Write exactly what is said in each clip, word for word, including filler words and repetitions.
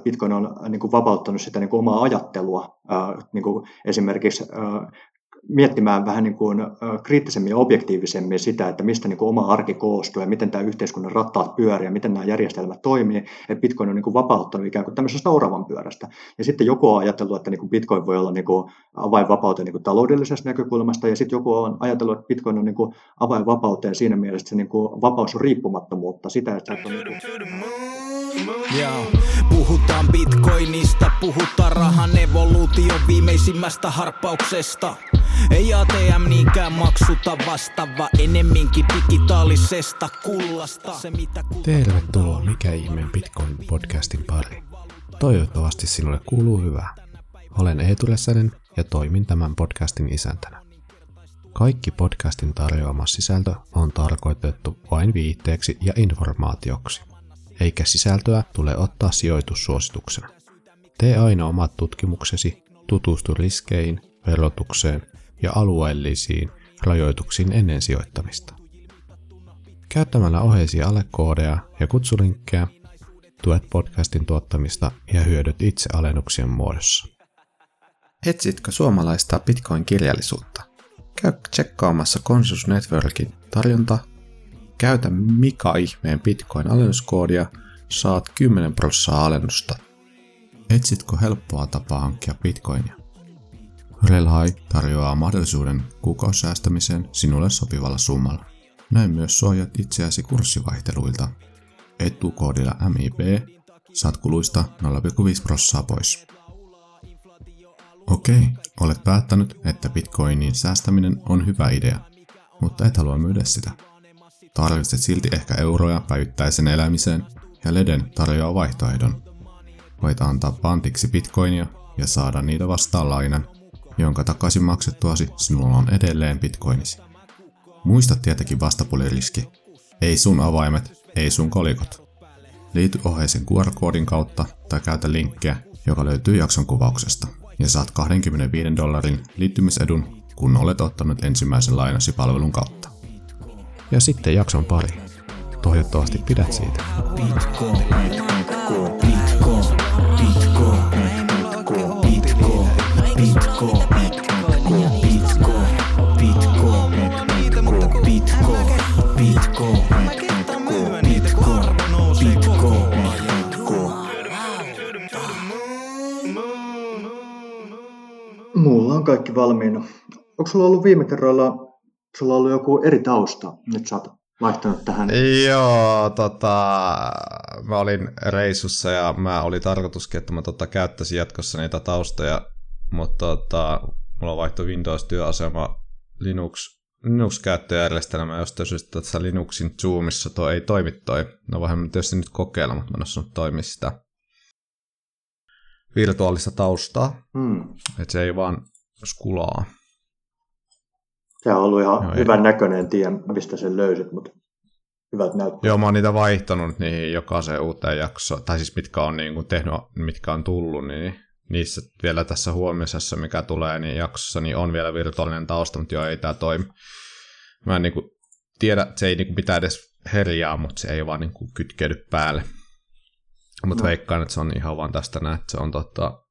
että Bitcoin on niin kuin vapauttanut sitä niin kuin omaa ajattelua ää, niin kuin esimerkiksi ää, miettimään vähän niin kuin kriittisemmin ja objektiivisemmin sitä, että mistä niin kuin oma arki koostuu ja miten tämä yhteiskunnan rattaat pyörii ja miten nämä järjestelmät toimii, että Bitcoin on niin kuin vapauttanut ikään kuin tämmöisestä oravan pyörästä. Ja sitten joku on ajatellut, että niin kuin Bitcoin voi olla niin kuin avainvapauteen niin kuin taloudellisesta näkökulmasta, ja sitten joku on ajatellut, että Bitcoin on niin kuin avainvapauteen siinä mielessä, että se niin kuin vapaus on riippumattomuutta, sitä, että on niin kuin... Joo. Puhutaan Bitcoinista, puhutaan rahan evoluution viimeisimmästä harppauksesta. Ei A T M niinkään maksuta vastaava, enemminkin digitaalisesta kullasta. Se, mitä Tervetuloa Mikä ihmeen Bitcoin-podcastin pariin. Toivottavasti sinulle kuuluu hyvää. Olen Eetu Räsänen ja toimin tämän podcastin isäntänä. Kaikki podcastin tarjoama sisältö on tarkoitettu vain viitteeksi ja informaatioksi, eikä sisältöä tule ottaa sijoitussuosituksena. Tee aina omat tutkimuksesi, tutustu riskeihin, verotukseen ja alueellisiin rajoituksiin ennen sijoittamista. Käyttämällä oheisia alekoodeja ja kutsulinkkejä tuet podcastin tuottamista ja hyödyt itse alennuksien muodossa. Etsitkö suomalaista Bitcoin-kirjallisuutta? Käy tsekkaamassa Consensus Networkin tarjonta. Käytä Mika ihmeen Bitcoin-alennuskoodia, saat kymmenen prosenttia alennusta. Etsitkö helppoa tapaa hankkia Bitcoinia? Relhai tarjoaa mahdollisuuden kuukausisäästämiseen sinulle sopivalla summalla. Näin myös suojat itseäsi kurssivaihteluilta. Etukoodilla M I B saat kuluista nolla pilkku viisi prosenttia pois. Okei, olet päättänyt, että Bitcoinin säästäminen on hyvä idea, mutta et halua myydä sitä. Tarvitset silti ehkä euroja päivittäisen elämiseen, ja Leden tarjoaa vaihtoehdon. Voit antaa pantiksi Bitcoinia ja saada niitä vastaan lainan, jonka takaisin maksettuasi sinulla on edelleen Bitcoinisi. Muista tietenkin vastapuoliriski. Ei sun avaimet, ei sun kolikot. Liity oheisen Q R-koodin kautta tai käytä linkkiä, joka löytyy jakson kuvauksesta, ja saat kaksikymmentäviisi dollarin liittymisedun, kun olet ottanut ensimmäisen lainasi palvelun kautta. Ja sitten jakson pari. Toivottavasti pidät siitä. Bitcoin, Bitcoin, Bitcoin, Bitcoin, Bitcoin, Bitcoin, Bitcoin, Bitcoin, Bitcoin, Bitcoin, Bitcoin, Bitcoin, Mulla on kaikki valmiina. Onko sulla ollut viime kerralla, sulla on ollut joku eri tausta, nyt sä oot vaihtanut tähän? Joo, tota, mä olin reissussa ja mä oli tarkoituskin, että mä tota, käyttäisin jatkossa niitä taustoja, mutta tota, mulla vaihtoi Windows-työasema Linux, Linux-käyttöjärjestelmä, josta syystä tässä Linuxin Zoomissa toi ei toimi toi. No vähän mä tietysti nyt kokeilla, mutta mä en osannut toimia sitä virtuaalista taustaa, Hmm. että se ei vaan skulaa. Se on ollut ihan Joo, hyvän ei. näköinen, en tiedä mistä sen löysit, mutta hyvät näyttää. Joo, mä oon niitä vaihtanut niihin jokaiseen uuteen jaksoon, tai siis mitkä on niin kuin tehnyt, mitkä on tullut, niin niissä vielä tässä huomisessa, mikä tulee, niin jaksossa niin on vielä virtuaalinen tausta, mutta joo, ei tää toimi. Mä en niin kuin tiedä, että se ei niin kuin pitää edes herjaa, mutta se ei vaan niin kuin kytkeydy päälle. Mutta no. Veikkaan, että se on ihan vaan tästä näin, että se on tota,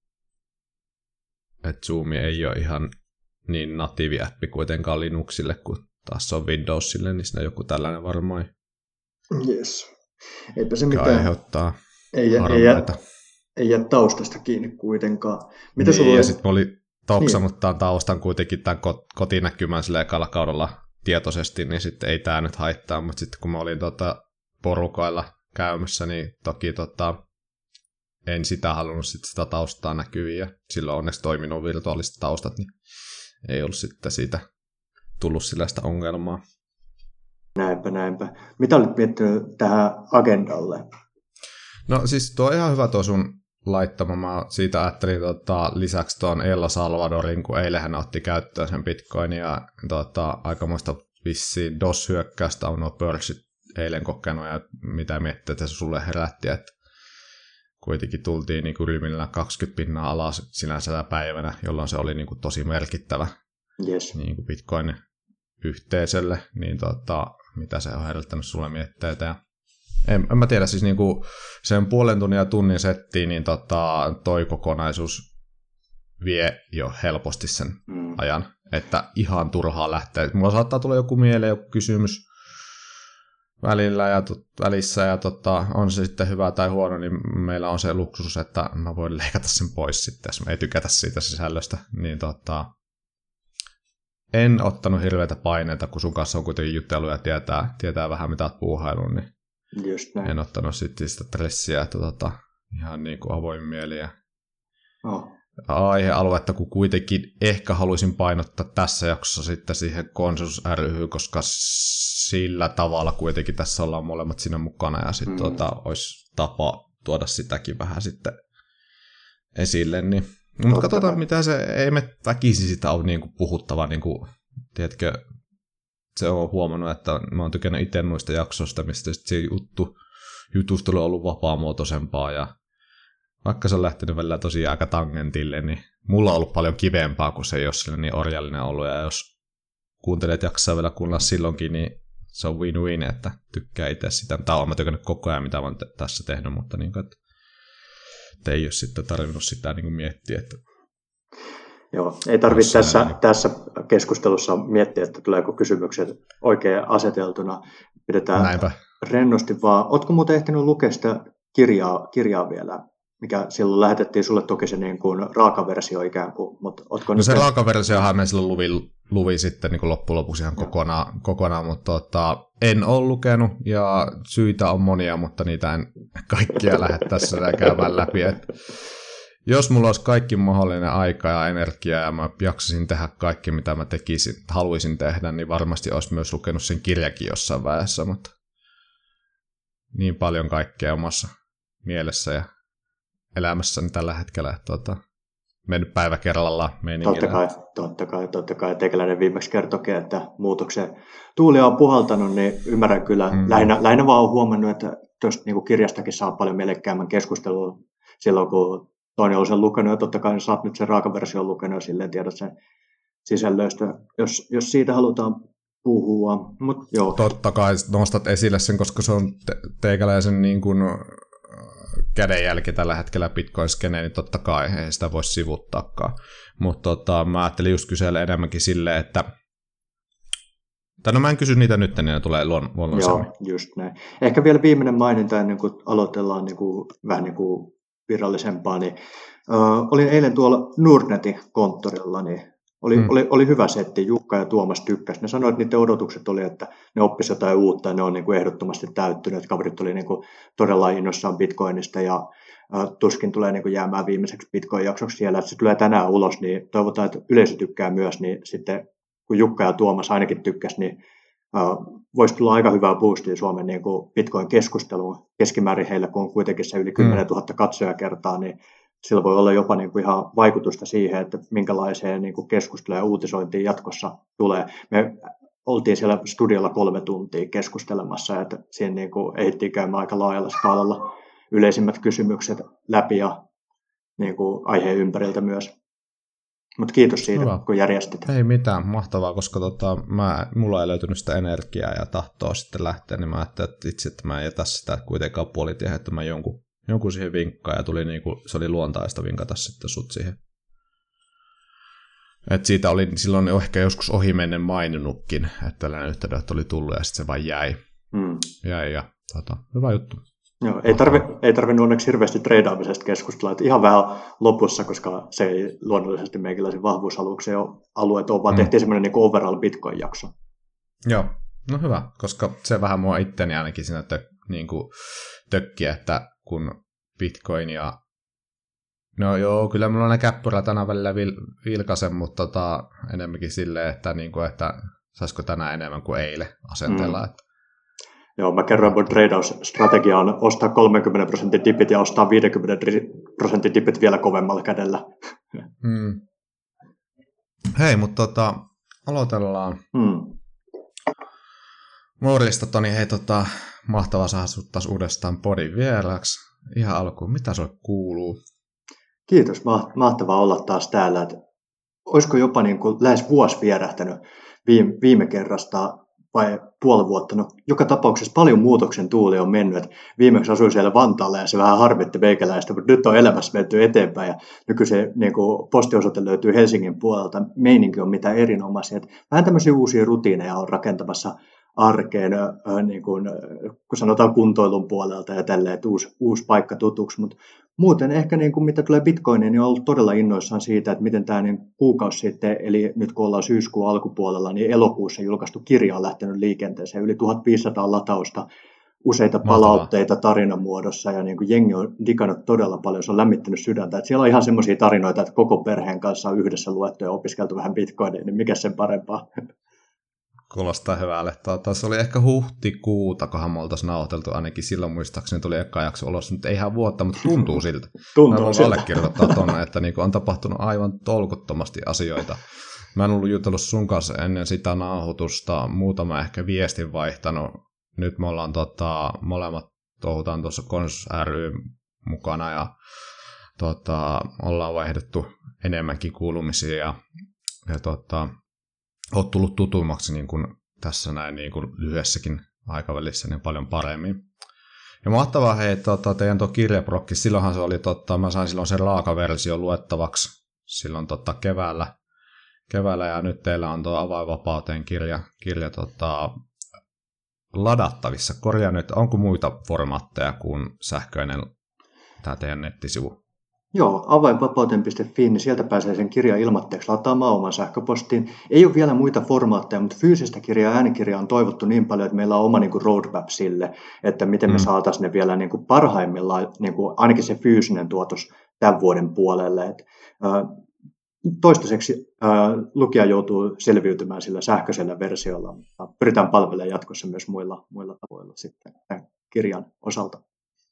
että Zoom ei ole ihan niin natiivi appi kuitenkaan Linuxille, kun taas se on Windowsille, niin siinä joku tällainen varmaan. Yes. Eipä se Mikä mitään. aiheuttaa Ei, jää, ei, jää, ei jää taustasta kiinni kuitenkaan. Mitä niin, sulla ja oli? sitten mä olin toksanut Niin. tämän taustan kuitenkin tämän kotinäkymän sillä ekalla kaudella tietoisesti, niin sitten ei tämä nyt haittaa, mutta sitten kun mä olin tota porukoilla käymässä, niin toki tota, en sitä halunnut sit sitä taustaa näkyviin, ja silloin onneksi toiminut virtuaaliset taustat, niin ei ollut sitten siitä tullut sellaista ongelmaa. Näinpä, näinpä. Mitä olit miettinyt tähän agendalle? No siis tuo on ihan hyvä tuo sun laittama. Mä siitä ajattelin tota, lisäksi tuon El Salvadorin, kun eilen hän otti käyttöön sen Bitcoin, ja tota, aikamoista vissiin DOS-hyökkäystä on nuo pörssit eilen kokenut, ja mitä miettii, että se sulle herätti, että kuitenkin tultiin niin ryhmillä kaksikymmentä pinnaa alas sinänsä päivänä, jolloin se oli niin kuin tosi merkittävä Yes. niin kuin Bitcoin-yhteisölle, niin tota, mitä se on herättänyt sulle mietteitä. Ja En, en mä tiedä, siis niinku sen puolen tunnin ja tunnin settiin, niin tota, toi kokonaisuus vie jo helposti sen mm. ajan, että ihan turhaa lähtee. Mulla saattaa tulla joku mieleen, joku kysymys välillä ja tot, välissä, ja tota, on se sitten hyvä tai huono, niin meillä on se luksus, että mä voin leikata sen pois sitten, jos me ei tykätä siitä sisällöstä. Niin tota, en ottanut hirveätä paineita, kun sun kanssa on kuitenkin jutellut ja tietää, tietää vähän, mitä oot puuhaillut, niin just näin. En ottanut sitten sitä stressiä, että tota, ihan niin kuin avoin mieli ja oh. aihealuetta, kun kuitenkin ehkä haluaisin painottaa tässä jaksossa sitten siihen konsensus ry:hyn, koska sillä tavalla kuitenkin tässä ollaan molemmat siinä mukana ja sitten mm. tota, olisi tapa tuoda sitäkin vähän sitten esille. Niin. Mutta katsotaan, mitä se, ei me väkisin sitä ole niin kuin puhuttava, niin kuin, tiedätkö, se on huomannut, että mä oon tykännyt itse noista jaksoista, mistä se juttu, jutustelu on ollut vapaamuotoisempaa ja vaikka se on lähtenyt välillä tosi aika tangentille, niin mulla on ollut paljon kivempaa, kun se ei ole sillä niin orjallinen ollut. Ja jos kuuntelet jaksaa vielä kuunnella silloinkin, niin se on win-win, että tykkää itse sitä. Tämä on mä tykännyt koko ajan, mitä mä oon t- tässä tehnyt, mutta niin kuin, että ei ole sitten tarvinnut sitä niin kuin miettiä. Että joo, ei tarvitse tässä, tässä keskustelussa miettiä, että tuleeko kysymykset oikein aseteltuna. Pidetään Näinpä. rennosti vaan. Ootko muuten ehtinyt lukea sitä kirjaa, kirjaa vielä? Mikä silloin lähetettiin sulle toki se niin kuin raakaversio ikään kuin. Mutta no nyt se raakaversiohan me silloin luvi, luvi sitten niin kuin loppujen lopuksi ihan kokonaan, kokonaan, mutta tota, en ole lukenut ja syitä on monia, mutta niitä en kaikkia lähde tässä käymään läpi. Et jos mulla olisi kaikki mahdollinen aika ja energia ja mä jaksasin tehdä kaikki, mitä mä tekisin, haluaisin tehdä, niin varmasti olisi myös lukenut sen kirjakin jossain vaiheessa, mutta niin paljon kaikkea omassa mielessä ja elämässäni tällä hetkellä, että tuota, mennyt päivä kerrallaan meningillä. Totta kai, totta kai, totta kai. Teikäläinen viimeksi kertoikin, että muutoksen tuuli on puhaltanut, niin ymmärrän kyllä. Mm. Lähinnä, lähinnä vaan olen huomannut, että tuosta niin kirjastakin saa paljon mielekkäämmän keskustelua silloin, kun toinen on sen lukenut, ja totta kai sä oot nyt sen raakaversion lukenut, ja silleen tiedät sen sisällöistä, jos, jos siitä halutaan puhua. Mut, joo. Totta kai nostat esille sen, koska se on te- teikäläisen niin kuin kädenjälki tällä hetkellä Bitcoin-skeneen, niin totta kai ei sitä voi sivuttaakaan. Mutta tota, mä ajattelin just kysellä enemmänkin silleen, että tai no mä en kysy niitä nyt, niin ne tulee luon- luonnollisemmin. Joo, just näin. Ehkä vielä viimeinen maininta ennen kuin aloitellaan niin kuin, vähän niin kuin virallisempaa, niin uh, olin eilen tuolla Nordnetin konttorilla, niin oli, mm. oli, oli hyvä setti, Jukka ja Tuomas tykkäs. Ne sanoivat, että niiden odotukset oli, että ne oppisivat jotain uutta ja ne on niin kuin ehdottomasti täyttynyt. Kaverit oli niin kuin todella innoissaan Bitcoinista ja uh, tuskin tulee niin kuin jäämään viimeiseksi Bitcoin-jaksoksi siellä. Että se tulee tänään ulos, niin toivotaan, että yleisö tykkää myös, niin sitten kun Jukka ja Tuomas ainakin tykkäs, niin uh, voisi tulla aika hyvää boostia Suomen niin kuin Bitcoin-keskusteluun. Keskimäärin heillä, kun on kuitenkin se yli kymmenen tuhatta katsojakertaa, niin sillä voi olla jopa niin kuin ihan vaikutusta siihen, että minkälaiseen niin kuin keskusteluun ja uutisointiin jatkossa tulee. Me oltiin siellä studiolla kolme tuntia keskustelemassa, että siihen niin kuin ehdittiin käymään aika laajalla skaalalla yleisimmät kysymykset läpi ja niin kuin aiheen ympäriltä myös. Mutta kiitos siitä, hyvä, kun järjestit. Ei mitään, mahtavaa, koska tota, mä, mulla ei löytynyt sitä energiaa ja tahtoa sitten lähteä, niin mä ajattelin, että itse, että mä en jätä sitä kuitenkaan puolitiehen, että mä jonkun Jonkun siihen vinkkaan ja tuli niinku, se oli luontaista vinkata sitten sut siihen. Et siitä oli silloin ehkä joskus ohimennen maininnutkin, että tällainen yhteydenotto oli tullut ja sitten se vaan jäi. Mm. Jäi ja tota, hyvä juttu. Joo, ei, tarvi, ei tarvinnut onneksi hirveästi treidaamisesta keskustella, että ihan vähän lopussa, koska se ei luonnollisesti meikäläisen vahvuusalueet on, vaan mm. tehtiin semmoinen niin overall Bitcoin-jakso. Joo, no hyvä, koska se vähän mua itteni ainakin siinä tö, niin kuin tökkiä, että kun Bitcoin ja no joo, kyllä minulla ne käppyrät aina välillä vil, vilkaisen, mutta tota, enemmänkin silleen, että, niin kuin, että saisiko tänään enemmän kuin eilen asenteella. Mm. Että joo, mä kerroin, mun trade-strategia on ostaa kolmekymmentä prosentin dipit ja ostaa viisikymmentä prosentin dipit vielä kovemmalla kädellä. Mm. Hei, mutta tota, aloitellaan. Mm. Morjesta, Toni. Hei, tota, mahtavaa saada sut taas uudestaan podin vieraksi. Ihan alkuun, mitä sulle kuuluu? Kiitos, mahtavaa olla taas täällä. Et olisiko jopa niin kuin lähes vuosi vierähtänyt viime, viime kerrasta. vai puoli vuotta. No, joka tapauksessa paljon muutoksen tuuli on mennyt. Et viimeksi asuin siellä Vantaalla ja se vähän harmitti meikäläistä, mutta nyt on elämässä menty eteenpäin ja nykyisin niin kuin postiosoite löytyy Helsingin puolelta. Meininki on mitä erinomaisia. Et vähän tämmöisiä uusia rutiineja on rakentamassa arkeen, äh, niin kuin, kun sanotaan kuntoilun puolelta ja tälleen, että uusi, uusi paikka tutuksi, mutta muuten ehkä niin kuin mitä tulee Bitcoiniin, niin on ollut todella innoissaan siitä, että miten tämä niin kuukausi sitten, eli nyt kun ollaan syyskuun alkupuolella, niin elokuussa julkaistu kirja on lähtenyt liikenteeseen, yli tuhatviisisataa latausta, useita palautteita tarinan muodossa, ja niin kuin jengi on digannut todella paljon, se on lämmittänyt sydäntä, että siellä on ihan semmoisia tarinoita, että koko perheen kanssa on yhdessä luettu ja opiskeltu vähän Bitcoinia, niin mikä sen parempaa? Kuulostaa hyvälle. Tuota, se oli ehkä huhtikuuta, kohan me oltaisiin nauhoiteltu, ainakin silloin muistaakseni tuli eka jakso ulos, mutta ei ihan vuotta, mutta tuntuu siltä. Tuntuu mä siltä. allekirjoittaa tuonne, että niinku on tapahtunut aivan tolkuttomasti asioita. Mä en ollut jutellut sun kanssa ennen sitä nauhoitusta, muutama ehkä viestin vaihtanut. Nyt me ollaan tota, molemmat touhutaan tuossa Konsensus ry mukana ja tota, ollaan vaihdettu enemmänkin kuulumisia ja, ja tota, olet tullut tutummaksi niin kuin tässä näin niin kuin lyhyessäkin aikavälissä niin paljon paremmin. Ja mahtavaa hei, tota, teidän tuo kirjaprokki, silloinhan se oli, tota, mä sain silloin sen raakaversio luettavaksi silloin tota, keväällä, keväällä, ja nyt teillä on tuo Avainvapauteen kirja, kirja tota, ladattavissa. Korjaa nyt, onko muita formaatteja kuin sähköinen tämä teidän nettisivu? Joo, avainvapauteen piste fi, niin sieltä pääsee sen kirjan ilmatteeksi lataamaan oman sähköpostiin. Ei ole vielä muita formaatteja, mutta fyysistä kirjaa ja äänikirjaa on toivottu niin paljon, että meillä on oma niin kuin roadmap sille, että miten me mm. saataisiin ne vielä niin kuin parhaimmillaan, niin kuin ainakin se fyysinen tuotos tämän vuoden puolelle. Et, äh, toistaiseksi äh, lukija joutuu selviytymään sillä sähköisellä versiolla, mutta pyritään palvelemaan jatkossa myös muilla, muilla tavoilla sitten tämän kirjan osalta.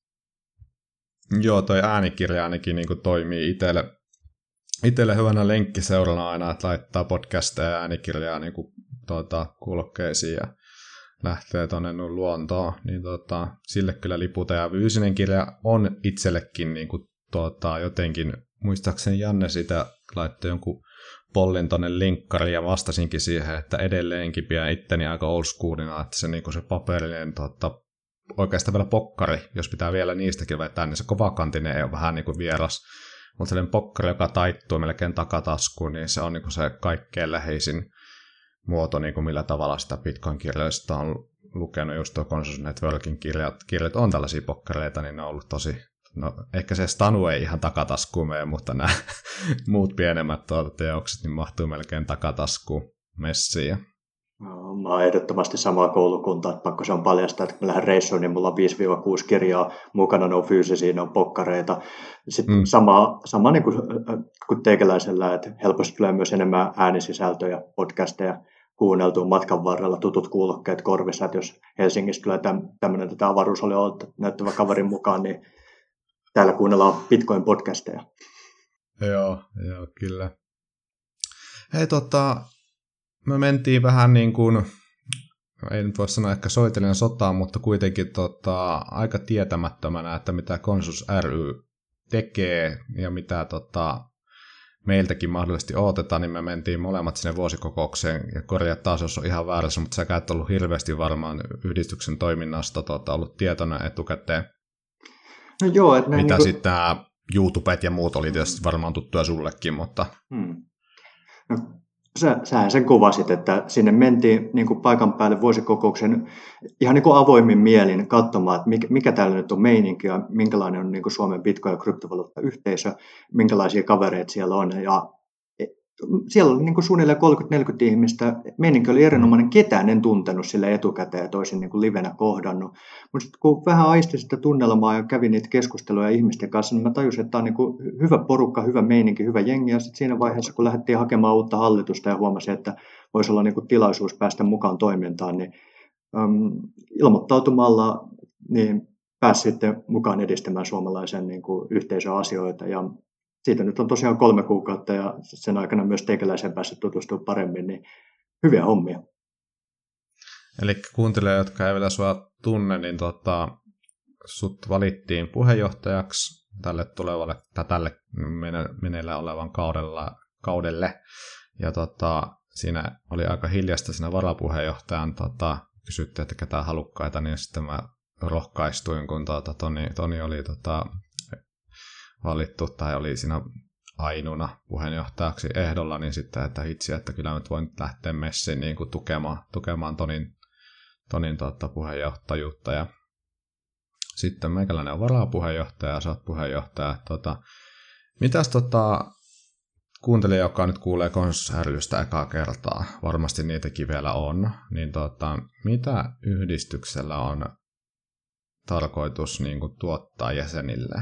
Joo, toi äänikirja ainakin niin kuin toimii itselle, itselle hyvänä lenkkiseurana aina, että laittaa podcasteja ja äänikirjaa niin kuin, tuota, kuulokkeisiin ja lähtee tuonne luontoon. Niin, tuota, sille kyllä liputa. Ja fyysinen kirja on itsellekin niin kuin, tuota, jotenkin, muistaakseni Janne sitä laittoi jonkun pollin tuonne linkkariin ja vastasinkin siihen, että edelleenkin pidän itteni aika old schoolina, että se, niin kuin se paperinen tuota, oikeastaan vielä pokkari, jos pitää vielä niistäkin vetää, niin se kovakantinen ei ole vähän niin kuin vieras. Mutta sellainen pokkari, joka taittuu melkein takataskuun, niin se on niin kuin se kaikkein läheisin muoto, niin kuin millä tavalla sitä Bitcoin-kirjallisuutta on lukenut. Just tuo Consensus Networkin kirjat, kirjat on tällaisia pokkareita, niin ne on ollut tosi... No, ehkä se Stanu ei ihan takataskuun mene, mutta nämä muut pienemmät tuota teokset niin mahtuu melkein takataskuun messiin. No, mä oon ehdottomasti samaa koulukuntaa, että pakko se on paljastaa, että kun mä lähden reissuun, niin mulla on viisi kuusi kirjaa, mukana ne on fyysisiä, ne on pokkareita. Sitten mm. sama, sama niin kuin, kuin teikäläisellä, että helposti tulee myös enemmän äänisisältöjä, podcasteja kuunneltua matkan varrella, tutut kuulokkeet korvissa, että jos Helsingissä tulee tämmöinen tätä avaruusolioita näyttävä kaverin mukaan, niin täällä kuunnellaan Bitcoin-podcasteja. Joo, joo, kyllä. Hei, tota... Me mentiin vähän niin kuin, ei nyt voi sanoa ehkä soitellen sotaan, mutta kuitenkin tota, aika tietämättömänä, että mitä Consensus ry tekee ja mitä tota, meiltäkin mahdollisesti odotetaan, niin me mentiin molemmat sinne vuosikokoukseen ja korjaa taas, jos on ihan väärässä, mutta sä et ollut hirveästi varmaan yhdistyksen toiminnasta tota, ollut tietoinen etukäteen. No joo, että mitä niin kuin... sitten nämä YouTubet ja muut oli tietysti varmaan tuttuja sullekin, mutta... Hmm. No. Sä, sähän sen kuvasit, että sinne mentiin niin kuin paikan päälle vuosikokouksen ihan niin kuin avoimin mielin katsomaan, että mikä, mikä täällä nyt on meininki ja minkälainen on niin kuin Suomen Bitcoin- ja kryptovaluutta-yhteisö, minkälaisia kavereita siellä on. Ja siellä oli niin kuin suunnilleen kolmekymmentä neljäkymmentä ihmistä. Meininki oli erinomainen, ketään en tuntenut sille etukäteen ja toisin niin kuin livenä kohdannut. Mutta sitten kun vähän aistin sitä tunnelmaa ja kävin niitä keskusteluja ihmisten kanssa, niin mä tajusin, että tämä on niin kuin hyvä porukka, hyvä meininki, hyvä jengi. Ja sitten siinä vaiheessa, kun lähdettiin hakemaan uutta hallitusta ja huomasin, että voisi olla niin kuin tilaisuus päästä mukaan toimintaan, niin äm, ilmoittautumalla niin pääsi sitten mukaan edistämään suomalaisen niin kuin yhteisön asioita. Ja siitä nyt on tosiaan kolme kuukautta ja sen aikana myös teikäläisen päässyt tutustumaan paremmin, niin hyviä hommia. Eli kuuntelijat, jotka ei vielä sua tunne, niin tota, sut valittiin puheenjohtajaksi tälle tulevalle tai tälle meneillä olevan kaudella, kaudelle. Ja tota, siinä oli aika hiljasta siinä varapuheenjohtajan tota, kysyttiin, että ketä halukkaita, niin sitten mä rohkaistuin, kun tuota, Toni, Toni oli tota, valittu tai oli siinä ainuna puheenjohtajaksi ehdolla, niin sitten, että hitsi, että kyllä nyt voin lähteä messiin niin kuin tukemaan, tukemaan Tonin, Tonin tuota, puheenjohtajuutta. Ja sitten meikäläinen on varapuheenjohtaja ja sä oot puheenjohtaja. Tota, mitäs tota, kuuntelija, joka nyt kuulee Konsensus ry:stä ekaa kertaa, varmasti niitäkin vielä on, niin tota, mitä yhdistyksellä on tarkoitus niin kuin, tuottaa jäsenille?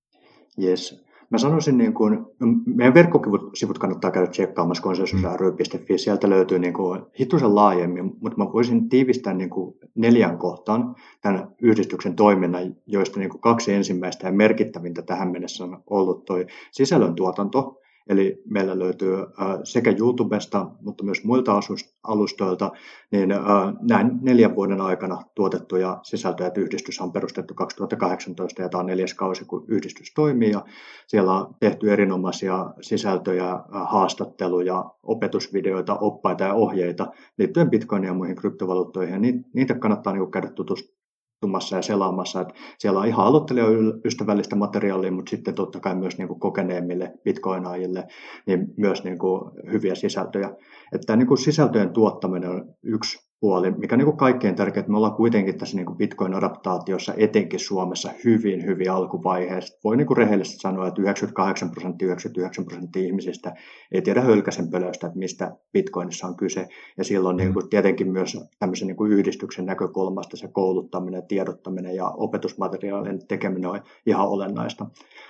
Yes. Mä sanoisin, niin kuin, meidän verkkosivut kannattaa käydä tsekkaamassa konsensus ry piste fi, sieltä löytyy niin kuin hitusen laajemmin, mutta mä voisin tiivistää niin kuin neljän kohtaan tämän yhdistyksen toiminnan, joista niin kuin kaksi ensimmäistä ja merkittävintä tähän mennessä on ollut toi sisällöntuotanto. Eli meillä löytyy sekä YouTubesta, mutta myös muilta alustoilta, niin näin neljän vuoden aikana tuotettuja sisältöjä. Yhdistys on perustettu kaksituhattakahdeksantoista ja tämä on neljäs kausi, kun yhdistys toimii. Ja siellä on tehty erinomaisia sisältöjä, haastatteluja, opetusvideoita, oppaita ja ohjeita liittyen Bitcoiniin ja muihin kryptovaluuttoihin. Ja niitä kannattaa käydä tutustumaan ja selaamassa. Että siellä on ihan aloittelijoystävällistä materiaalia, mutta sitten totta kai myös niin kuin kokeneemmille bitcoinaajille niin myös niin kuin hyviä sisältöjä. Että tämä niin kuin sisältöjen tuottaminen on yksi puoli, mikä on niin kuin kaikkein tärkeää. Me ollaan kuitenkin tässä niin kuin Bitcoin-adaptaatiossa etenkin Suomessa hyvin, hyvin alkuvaiheessa. Voi niin kuin rehellisesti sanoa, että yhdeksänkymmentäkahdeksan prosenttia, yhdeksänkymmentäyhdeksän prosenttia ihmisistä ei tiedä hölkäsen pölöstä, että mistä Bitcoinissa on kyse. Ja silloin niin kuin tietenkin myös tämmöisen niin kuin yhdistyksen näkökulmasta se kouluttaminen, tiedottaminen ja opetusmateriaalien tekeminen on ihan olennaista.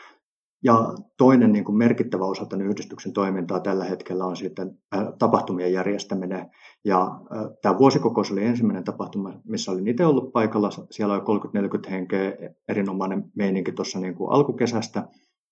Ja toinen niin kuin merkittävä osa tämän yhdistyksen toimintaa tällä hetkellä on sitten äh, tapahtumien järjestäminen. Ja äh, tämä vuosikokous oli ensimmäinen tapahtuma, missä olin itse ollut paikalla. Siellä oli kolmekymmentä neljäkymmentä henkeä, erinomainen meininki tuossa niin kuin alkukesästä.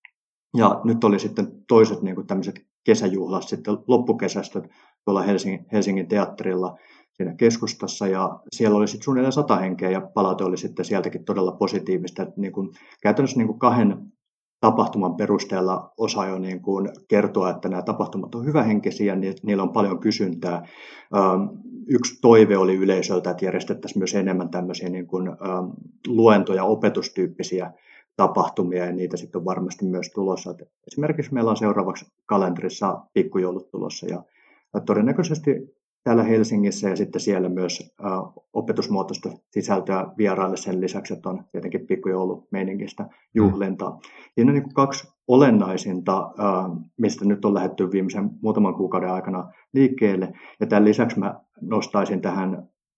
Ja nyt oli sitten toiset niin kuin tämmöiset kesäjuhlat sitten loppukesästä tuolla Helsingin, Helsingin teatterilla siinä keskustassa. Ja siellä oli sitten suunnilleen sata henkeä ja palaute oli sitten sieltäkin todella positiivista. Että niin kuin, käytännössä niin kuin kahden tapahtuman perusteella osaa jo niin kuin kertoa, että nämä tapahtumat on hyvähenkisiä, niin niillä on paljon kysyntää. Yksi toive oli yleisöltä, että järjestettäisiin myös enemmän tämmöisiä niin kuin luento- ja opetustyyppisiä tapahtumia, ja niitä sitten on varmasti myös tulossa. Esimerkiksi meillä on seuraavaksi kalenterissa pikkujoulut tulossa, ja todennäköisesti täällä Helsingissä ja sitten siellä myös uh, opetusmuotoista sisältöä vieraille sen lisäksi, että on tietenkin pikkujoulumeiningistä juhlintaa. Siinä on niin kuin kaksi olennaisinta, uh, mistä nyt on lähdetty viimeisen muutaman kuukauden aikana liikkeelle. Ja tämän lisäksi mä nostaisin tähän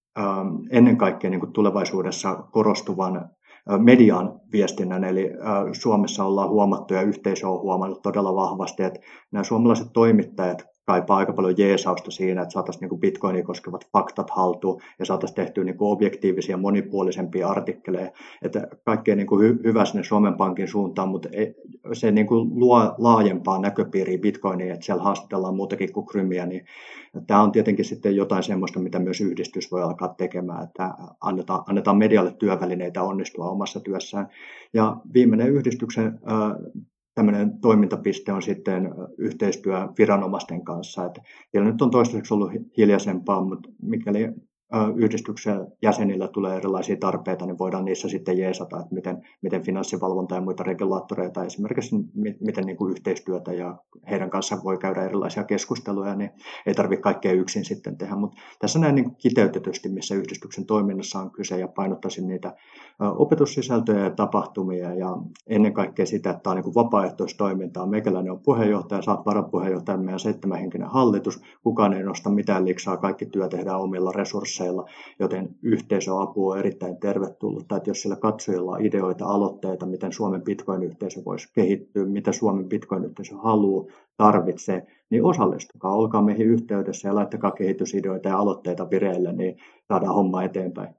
uh, ennen kaikkea niin kuin tulevaisuudessa korostuvan uh, median viestinnän. Eli uh, Suomessa ollaan huomattu ja yhteisö on huomannut todella vahvasti, että nämä suomalaiset toimittajat kaipaa aika paljon jeesausta siinä, että saataisiin niin kuin Bitcoinia koskevat faktat haltuun ja saataisiin tehtyä niin kuin objektiivisia, monipuolisempia artikkeleja. Että kaikkea niin kuin hy- hyvä sinne Suomen Pankin suuntaan, mutta ei, se niin kuin luo laajempaa näköpiiriä Bitcoinia, että siellä haastatellaan muutakin kuin Krymiä. Niin tämä on tietenkin sitten jotain sellaista, mitä myös yhdistys voi alkaa tekemään, että annetaan, annetaan medialle työvälineitä onnistua omassa työssään. Ja viimeinen yhdistyksen äh, tämmöinen toimintapiste on sitten yhteistyö viranomaisten kanssa. Että siellä nyt on toistaiseksi ollut hiljaisempaa, mutta mikäli yhdistyksen jäsenillä tulee erilaisia tarpeita, niin voidaan niissä sitten jeesata, että miten, miten finanssivalvonta ja muita regulaattoreita, esimerkiksi miten niin kuin yhteistyötä ja heidän kanssaan voi käydä erilaisia keskusteluja, niin ei tarvitse kaikkea yksin sitten tehdä. Mutta tässä näin niin kuin kiteytetysti, missä yhdistyksen toiminnassa on kyse, ja painottaisin niitä opetussisältöjä ja tapahtumia, ja ennen kaikkea sitä, että tämä on niin kuin vapaaehtoistoimintaa. Meikäläinen on puheenjohtaja, saat varapuheenjohtaja, meidän seitsemänhenkinen hallitus, kukaan ei nosta mitään liksaa, kaikki työ tehdään omilla resursseilla, joten yhteisöapu on erittäin tervetullutta, että jos sillä katsojilla on ideoita, aloitteita, miten Suomen Bitcoin-yhteisö voisi kehittyä, mitä Suomen Bitcoin-yhteisö haluaa, tarvitsee, niin osallistukaa, olkaa meihin yhteydessä ja laittakaa kehitysideoita ja aloitteita vireille, niin saadaan homma eteenpäin.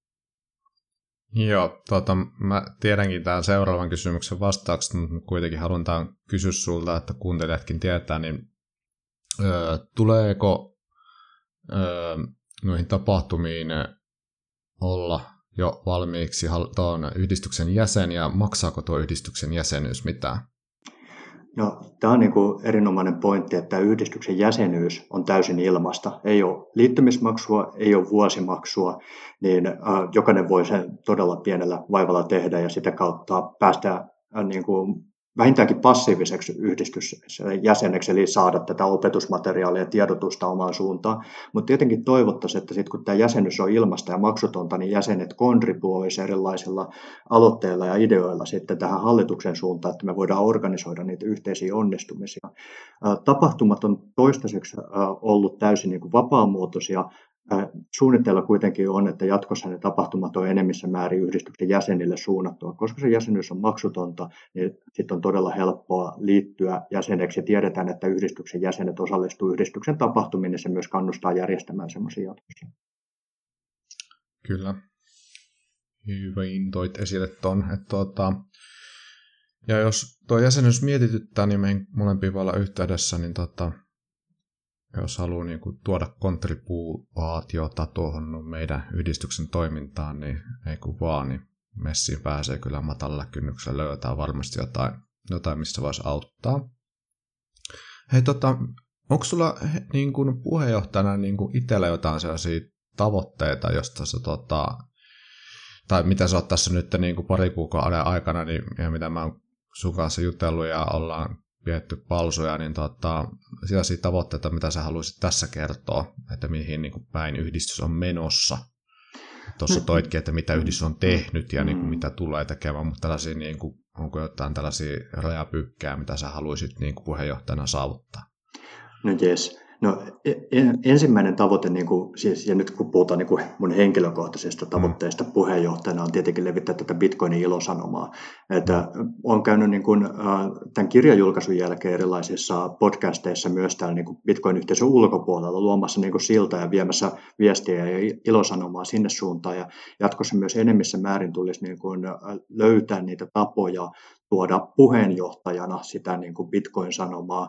Joo, tota, mä tiedänkin tämän seuraavan kysymyksen vastaukset, mutta kuitenkin haluan tämän kysyä sulta, että kuuntelijatkin tietää, niin öö, tuleeko öö, noihin tapahtumiin olla jo valmiiksi tuon yhdistyksen jäsen, ja maksaako tuo yhdistyksen jäsenyys mitään? No, tämä on niin kuin erinomainen pointti, että tämä yhdistyksen jäsenyys on täysin ilmaista. Ei ole liittymismaksua, ei ole vuosimaksua, niin äh, jokainen voi sen todella pienellä vaivalla tehdä ja sitä kautta päästä äh, niin kuin vähintäänkin passiiviseksi yhdistysjäseneksi, eli saada tätä opetusmateriaalia ja tiedotusta omaan suuntaan. Mutta tietenkin toivottaisiin, että sit, kun tämä jäsenyys on ilmaista ja maksutonta, niin jäsenet kontribuoisivat erilaisilla aloitteilla ja ideoilla sitten tähän hallituksen suuntaan, että me voidaan organisoida niitä yhteisiä onnistumisia. Tapahtumat on toistaiseksi ollut täysin niin kuin vapaamuotoisia. Suunnitteilla kuitenkin on, että jatkossa ne tapahtumat on enemmissä määrin yhdistyksen jäsenille suunnattua. Koska se jäsenyys on maksutonta, niin sitten on todella helppoa liittyä jäseneksi. Tiedetään, että yhdistyksen jäsenet osallistuu yhdistyksen tapahtumiin, niin se myös kannustaa järjestämään semmoisia jatkossa. Kyllä. Hyvin toit esille ton. Että tuota, ja jos tuo jäsenyys mietityttää, niin meidän molempia voi olla yhteydessä, niin tota, jos haluaa niin kuin tuoda kontribuaatiota tuohon meidän yhdistyksen toimintaan, niin ei kun vaan, niin messiin pääsee kyllä matalalla kynnyksellä, löytää varmasti jotain, jotain missä voisi auttaa. Hei, tota, onko sulla niin kuin puheenjohtajana niin kuin itsellä jotain sellaisia tavoitteita, josta sä, tota, tai mitä sä oot tässä nyt niin kuin pari kuukauden aikana, niin, ja mitä mä oon sun kanssa jutellut ja ollaan vietty palsuja, niin tota, sellaisia tavoitteita, mitä sä haluaisit tässä kertoa, että mihin niin kuin päin yhdistys on menossa. Tuossa toitkin, että mitä yhdistys on tehnyt ja niin kuin, mitä tulee tekemään, mutta tällaisia, niin kuin, onko jotain tällaisia rajapykkää, mitä sä haluaisit niin kuin puheenjohtajana saavuttaa? No jes. No en, ensimmäinen tavoite, niin kuin, siis, ja nyt kun puhutaan niin kuin mun henkilökohtaisesta tavoitteesta mm. puheenjohtajana, on tietenkin levittää tätä Bitcoinin ilosanomaa. Että olen käynyt niin kuin, tämän kirjan julkaisun jälkeen erilaisissa podcasteissa myös täällä niin kuin Bitcoin-yhteisön ulkopuolella luomassa niin kuin siltaa ja viemässä viestiä ja ilosanomaa sinne suuntaan. Ja jatkossa myös enemmissä määrin tulisi niin kuin löytää niitä tapoja tuoda puheenjohtajana sitä niin kuin Bitcoin-sanomaa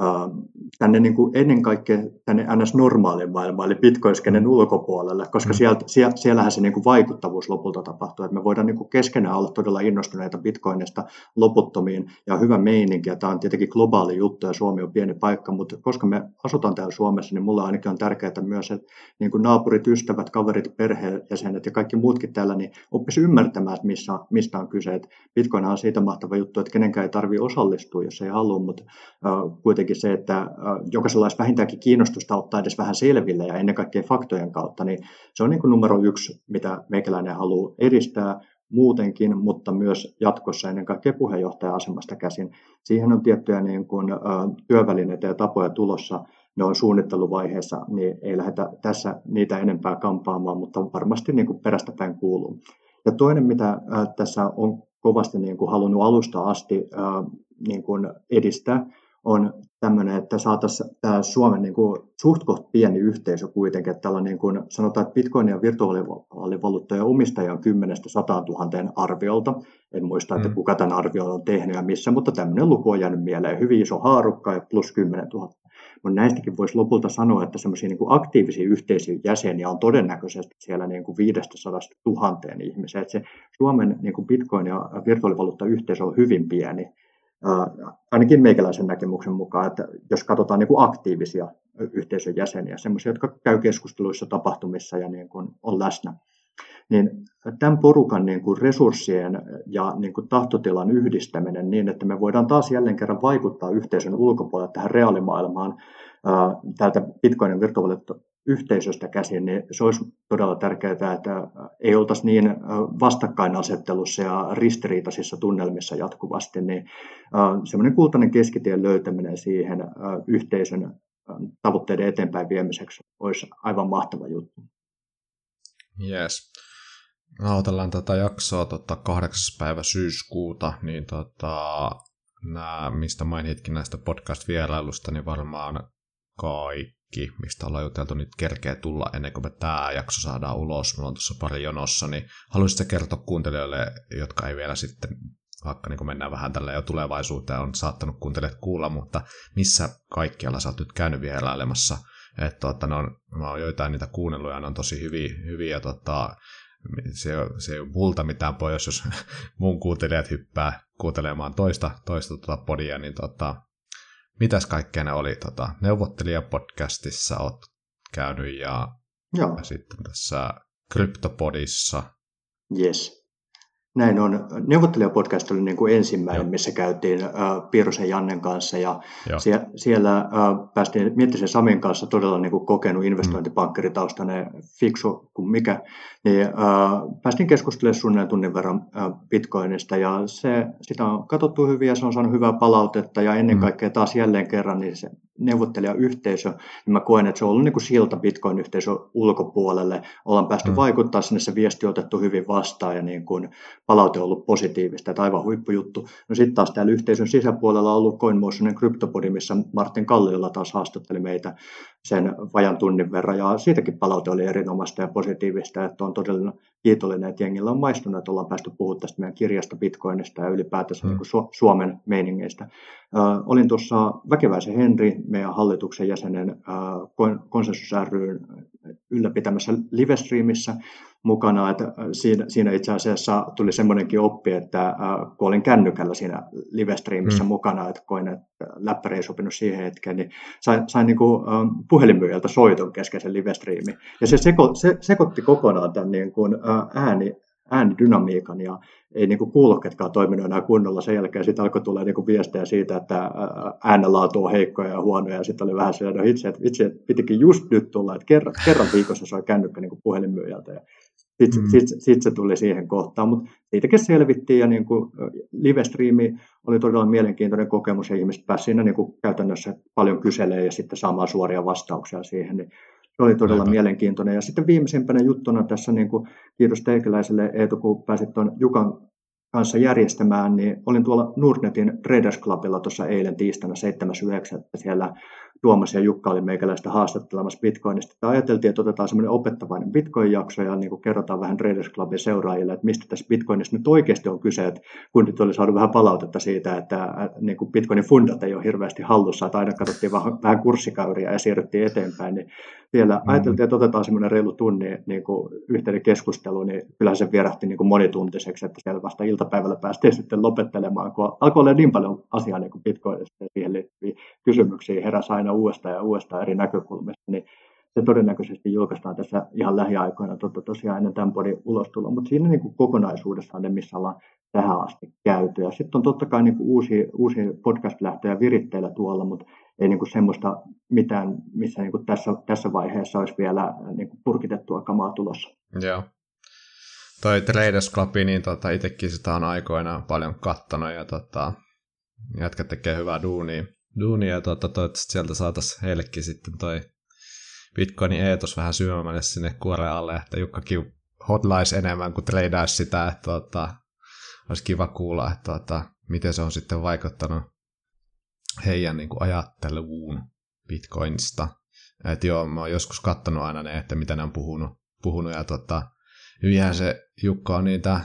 tänne niin kuin ennen kaikkea tänne N S-normaalin maailmaan, eli Bitcoin-skenen ulkopuolelle, koska sieltä, siellähän se niin kuin vaikuttavuus lopulta tapahtuu, että me voidaan niin kuin keskenään olla todella innostuneita Bitcoinista loputtomiin ja hyvä meininki, ja tämä on tietenkin globaali juttu ja Suomi on pieni paikka, mutta koska me asutaan täällä Suomessa, niin mulla ainakin on tärkeää myös, että niin kuin naapurit, ystävät, kaverit, perheenjäsenet ja kaikki muutkin täällä, niin oppisi ymmärtämään, että missä, mistä on kyse, että Bitcoin on siitä mahtava juttu, että kenenkään ei tarvitse osallistua, jos ei halua, mutta uh, kuitenkin se, että uh, jokaisella olisi vähintäänkin kiinnostusta ottaa edes vähän selville ja ennen kaikkea faktojen kautta, niin se on niin kuin numero yksi, mitä meikäläinen haluaa edistää muutenkin, mutta myös jatkossa ennen kaikkea puheenjohtaja-asemasta käsin. Siihen on tiettyjä niin kuin, uh, työvälineitä ja tapoja tulossa, ne on suunnitteluvaiheessa, niin ei lähdetä tässä niitä enempää kampaamaan, mutta varmasti niin kuin perästä päin kuuluu. Ja toinen, mitä uh, tässä on kovasti niin kuin halunnut alusta asti ää, niin kuin edistää, on tämmöinen, että saataisiin tämä Suomen niin kuin suht koht pieni yhteisö kuitenkin, että tällä niin kuin sanotaan, että Bitcoin ja virtuaalivaluuttojen omistajia on kymmenestä sataan tuhanteen arviolta. En muista, että kuka tämän arvion on tehnyt ja missä, mutta tämmöinen luku on jäänyt mieleen. Hyvin iso haarukka ja plus kymmenen tuhatta. Mutta näistäkin voisi lopulta sanoa, että semmoisia niin kuin aktiivisia yhteisöjen jäseniä on todennäköisesti siellä niin kuin viidestäsadasta tuhanteen ihmisiä. Että se Suomen niin kuin Bitcoin- ja virtuaalivaluuttayhteisö on hyvin pieni, äh, ainakin meikäläisen näkemyksen mukaan, että jos katsotaan niin kuin aktiivisia yhteisön jäseniä, semmoisia, jotka käy keskusteluissa, tapahtumissa ja niin kuin on läsnä, niin tämän porukan niin kuin resurssien ja niin kuin tahtotilan yhdistäminen niin, että me voidaan taas jälleen kerran vaikuttaa yhteisön ulkopuolella tähän reaalimaailmaan ää, täältä Bitcoinin virtuaaliyhteisöstä käsin, niin se olisi todella tärkeää, että ei oltaisi niin vastakkainasettelussa ja ristiriitaisissa tunnelmissa jatkuvasti, niin semmoinen kultainen keskitien löytäminen siihen ää, yhteisön tavoitteiden eteenpäin viemiseksi olisi aivan mahtava juttu. Yes. Nautellaan tätä jaksoa tota, kahdeksas päivä syyskuuta, niin tota, nämä, mistä mainitkin näistä podcast-vierailusta, niin varmaan kaikki, mistä ollaan juteltu, nyt kerkeä tulla ennen kuin me tämä jakso saadaan ulos. Mulla on tuossa pari jonossa, niin haluaisitko kertoa kuuntelijoille, jotka ei vielä sitten, vaikka niin mennään vähän tällä jo tulevaisuuteen, on saattanut kuuntelijat kuulla, mutta missä kaikkialla sä oot nyt käynyt vierailemassa? Että tota, ne on, mä oon joitain niitä kuunnellut ja ne on tosi hyviä, hyviä tota, se, se ei ole multa mitään pois, jos mun kuuntelijat hyppää kuuntelemaan toista, toista tota podia, niin tota, mitäs kaikkea ne oli? Tota, neuvottelijapodcastissa oot käynyt ja, ja sitten tässä Kryptopodissa. Yes. Näin on. Neuvottelijapodcast oli niin kuin ensimmäinen, Joo. missä käytiin äh, Piirosen Jannen kanssa ja sie- siellä äh, päästiin Miettisen Samin kanssa todella niin kuin kokenut investointipankkiritaustainen fiksu kuin mikä, niin äh, päästiin keskustelemaan suunnilleen tunnin verran äh, Bitcoinista ja se, sitä on katsottu hyvin ja se on saanut hyvää palautetta ja ennen kaikkea taas jälleen kerran niin se neuvottelijayhteisö, niin mä koen, että se on ollut niin kuin silta Bitcoin-yhteisön ulkopuolelle. Ollaan päästy mm. vaikuttaa sinne, se viesti on otettu hyvin vastaan ja niin kuin palaute on ollut positiivista, että aivan huippujuttu. No sitten taas täällä yhteisön sisäpuolella on ollut CoinMotionin Kryptopodi, missä Martin Kalliola taas haastatteli meitä sen vajan tunnin verran ja siitäkin palaute oli erinomaista ja positiivista, että on todella kiitollinen, että jengillä on maistunut, että ollaan päästy puhumaan tästä meidän kirjasta Bitcoinista ja ylipäätänsä mm. niin kuin Su- Suomen meiningeistä. Äh, olin tuossa Väkeväisen Henri, meidän hallituksen jäsenen äh, Konsensus ry:n ylläpitämässä livestreamissä mukana, että siinä, siinä itse asiassa tuli semmoinenkin oppi, että äh, kun olin kännykällä siinä livestreamissä mm. mukana, että koin, että läppäri ei sopinut siihen hetkeen, niin sain, sain niin kuin, äh, puhelinmyyjältä soiton kesken sen livestreamin. Ja se, seko, se sekoitti kokonaan tämän niin kuin, äh, ääni, äänidynamiikan ja ei niin kuin kuulokkeetkaan toiminut enää kunnolla. Sen jälkeen sitten alkoi tulla niin kuin viestejä siitä, että äänenlaatu on heikkoja ja huonoja ja sitten oli vähän sellainen, no itse, että itse pitikin just nyt tulla, että kerran, kerran viikossa soi kännykkä niin kuin puhelinmyyjältä ja sitten mm. sit, sit se tuli siihen kohtaan, mutta siitäkin selvittiin ja niin kuin live-striimi oli todella mielenkiintoinen kokemus ja ihmiset pääsivät siinä niin kuin käytännössä paljon kyselemään ja sitten saamaan suoria vastauksia siihen, niin se oli todella Aivan. mielenkiintoinen. Ja sitten viimeisimpänä juttuna tässä, niin kuin, kiitos teikäläiselle Eetu, kun pääsit tuon Jukan kanssa järjestämään, niin olin tuolla Nordnetin Traders Clubilla tuossa eilen tiistaina seitsemäs yhdeksättä siellä Tuomas ja Jukka oli meikäläistä haastattelemassa Bitcoinista. Tämä ajateltiin, että otetaan semmoinen opettavainen Bitcoin-jakso ja niin kuin kerrotaan vähän Traders Clubin seuraajille, että mistä tässä Bitcoinista nyt oikeasti on kyse, että kundit oli saanut vähän palautetta siitä, että niin kuin Bitcoinin fundat ei ole hirveästi hallussa, että aina katsottiin vähän kurssikäyriä ja siirryttiin eteenpäin, niin siellä mm-hmm. ajateltiin, että otetaan semmoinen reilu tunnin niin kuin yhteinen keskustelu, niin kyllähän se vierähti niin kuin monituntiseksi, että siellä vasta iltapäivällä päästiin sitten lopettelemaan, kun alkoi olla niin paljon asiaa niin kuin Bitcoinista ja siihen liittyviä kysymyksiä heräsi aina uudestaan ja uudestaan eri näkökulmista, niin se todennäköisesti julkaistaan tässä ihan lähiaikoina totta, tosiaan ennen tämän podin ulostuloa, mutta siinä niin kuin kokonaisuudessaan ne, missä ollaan tähän asti käyty. Ja sitten on totta kai niin kuin uusia, uusia podcast-lähtöjä viritteillä tuolla, mutta ei niin kuin semmoista mitään, missä niin kuin tässä, tässä vaiheessa olisi vielä niin kuin purkitettua kamaa tulossa. Joo. Toi Traders Club, niin tota, itsekin sitä on aikoinaan paljon kattonut ja tota, jätkät tekee hyvää duunia. duunia ja tota, toivottavasti sieltä saataisiin heillekin sitten toi Bitcoinin eetos vähän syömälle sinne kuoreen alle, että Jukkakin hotlaisi enemmän kuin tradeaisi sitä, että tota, olisi kiva kuulla, että tota, miten se on sitten vaikuttanut heidän niin kuin ajatteluun Bitcoinista. Että joo, mä oon joskus katsonut aina ne, että mitä ne on puhunut, puhunut ja tota, hyvinhän se Jukka on niitä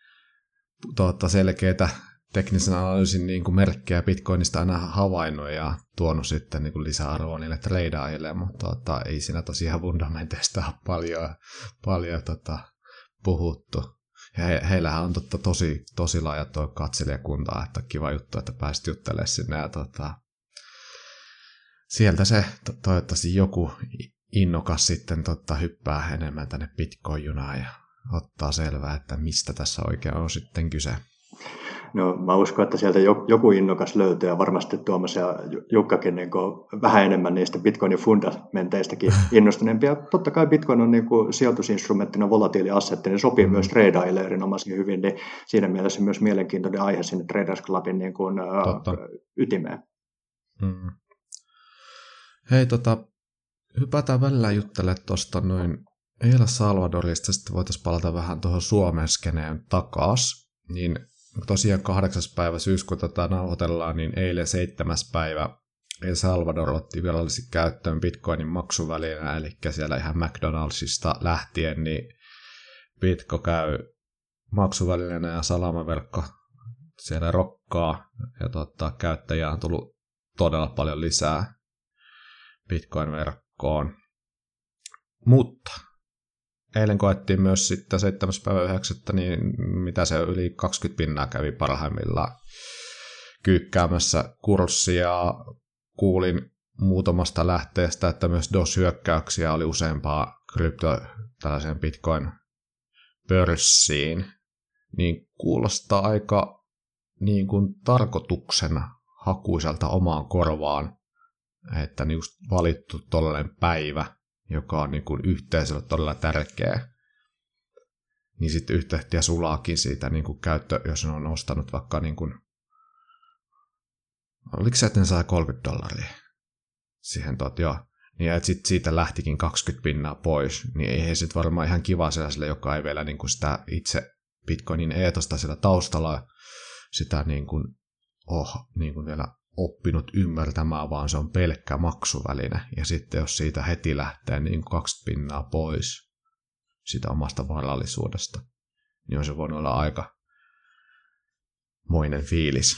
tota, selkeitä teknisen analyysin niin kuin merkkejä Bitcoinista aina havainnut ja tuonut sitten niin kuin lisäarvoa niille tradeaajille, mutta tota, ei siinä tosiaan fundamenteista ole paljon, paljon tota, puhuttu. Ja he, heillähän on totta, tosi, tosi laaja tuo katselijakunta, että kiva juttu, että pääsit juttelemaan sinne. Ja, tota, sieltä se to, toivottavasti joku innokas sitten tota, hyppää enemmän tänne Bitcoin-junaan ja ottaa selvää, että mistä tässä oikein on sitten kyse. No, mä uskon, että sieltä joku innokas löytyy ja varmasti Tuomas ja Jukkakin niin kuin vähän enemmän niistä Bitcoinin fundamenteistakin innostuneempia. Totta kai Bitcoin on niin kuin sijoitusinstrumenttina volatiili assetti, niin sopii mm. myös tradeaajille erinomaisen hyvin, niin siinä mielessä myös mielenkiintoinen aihe sinne Traders Clubin niin kuin, ä, ytimeen. Mm. Hei, tota, hypätään välillä juttelemaan tuosta noin El Salvadorista, sitten voitaisiin palata vähän tuohon Suomen skeneen takaisin, niin tosiaan kahdeksas päivä syyskuuta tätä nauhoitellaan, niin eilen seitsemäs päivä El Salvador otti virallisesti käyttöön Bitcoinin maksuvälineenä, eli siellä ihan McDonaldsista lähtien, niin Bitco käy maksuvälineenä ja salamaverkko siellä rokkaa, ja tota, käyttäjiä on tullut todella paljon lisää Bitcoin-verkkoon. Mutta eilen koettiin myös sitten seitsemäs päivä yhdeksättä, niin mitä se yli kaksikymmentä pinnaa kävi parhaimmillaan kyykkäämässä kurssia. Kuulin muutamasta lähteestä, että myös D O S-hyökkäyksiä oli useampaa krypto tällaiseen Bitcoin-pörssiin, niin kuulostaa aika niin kuin tarkoituksena hakuiselta omaan korvaan, että niin just valittu tollainen päivä, joka on niin kuin yhteisölle todella tärkeä, niin sitten yhtäkkiä sulaakin siitä niin kuin käyttö, jos on ostanut vaikka niin kuin, oliko se, että ne saa kolmekymmentä dollaria siihen tuot, joo, niin että sitten siitä lähtikin kaksikymmentä pinnaa pois, niin ei se sitten varmaan ihan kiva sellaiselle, joka ei vielä niin kuin sitä itse Bitcoinin eetosta siellä taustalla sitä niin kuin, oh, niin kuin vielä oppinut ymmärtämään, vaan se on pelkkä maksuväline. Ja sitten jos siitä heti lähtee niin kaksikymmentä pinnaa pois sitä omasta varallisuudesta, niin on se voinut olla aika moinen fiilis.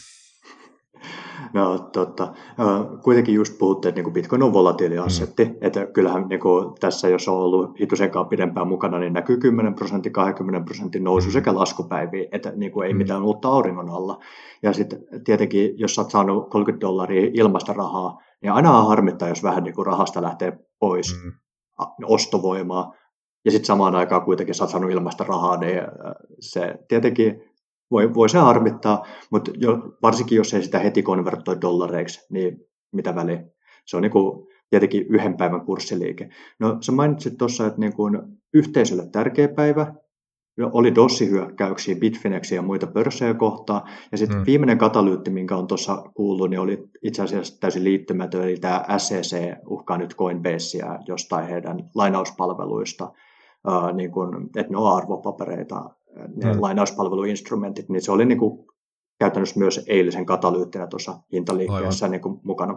No totta. Kuitenkin just puhutte, että Bitcoin on volatiili assetti, mm. että kyllähän niin kuin tässä, jos on ollut hitusenkaan pidempään mukana, niin näkyy kymmenen prosentin, kaksikymmentä prosentin nousu mm. sekä laskupäiviä, että niin kuin ei mm. mitään uutta auringon alla. Ja sitten tietenkin, jos olet saanut kolmekymmentä dollaria ilmasta rahaa, niin aina harmittaa, jos vähän niin kuin rahasta lähtee pois mm. ostovoimaa. Ja sitten samaan aikaan kuitenkin sä oot saanut ilmasta rahaa, niin se tietenkin Voi, voi se harmittaa, mutta jo, varsinkin jos ei sitä heti konvertoi dollareiksi, niin mitä väliä. Se on niin kuin tietenkin yhden päivän kurssiliike. No sä mainitsit tuossa, että niin kuin yhteisölle tärkeä päivä, oli D O S-hyökkäyksiä, Bitfinexiä ja muita pörssejä kohtaan. Ja sitten hmm. viimeinen katalyytti, minkä on tuossa kuullut, niin oli itse asiassa täysin liittymätön, eli tämä S E C uhkaa nyt Coinbasea jostain heidän lainauspalveluista, äh, niin kuin, että ne on arvopapereita, ne mm. lainauspalveluinstrumentit, niin se oli niin kuin käytännössä myös eilisen katalyyttinä tuossa hintaliikkeessä niin kuin mukana.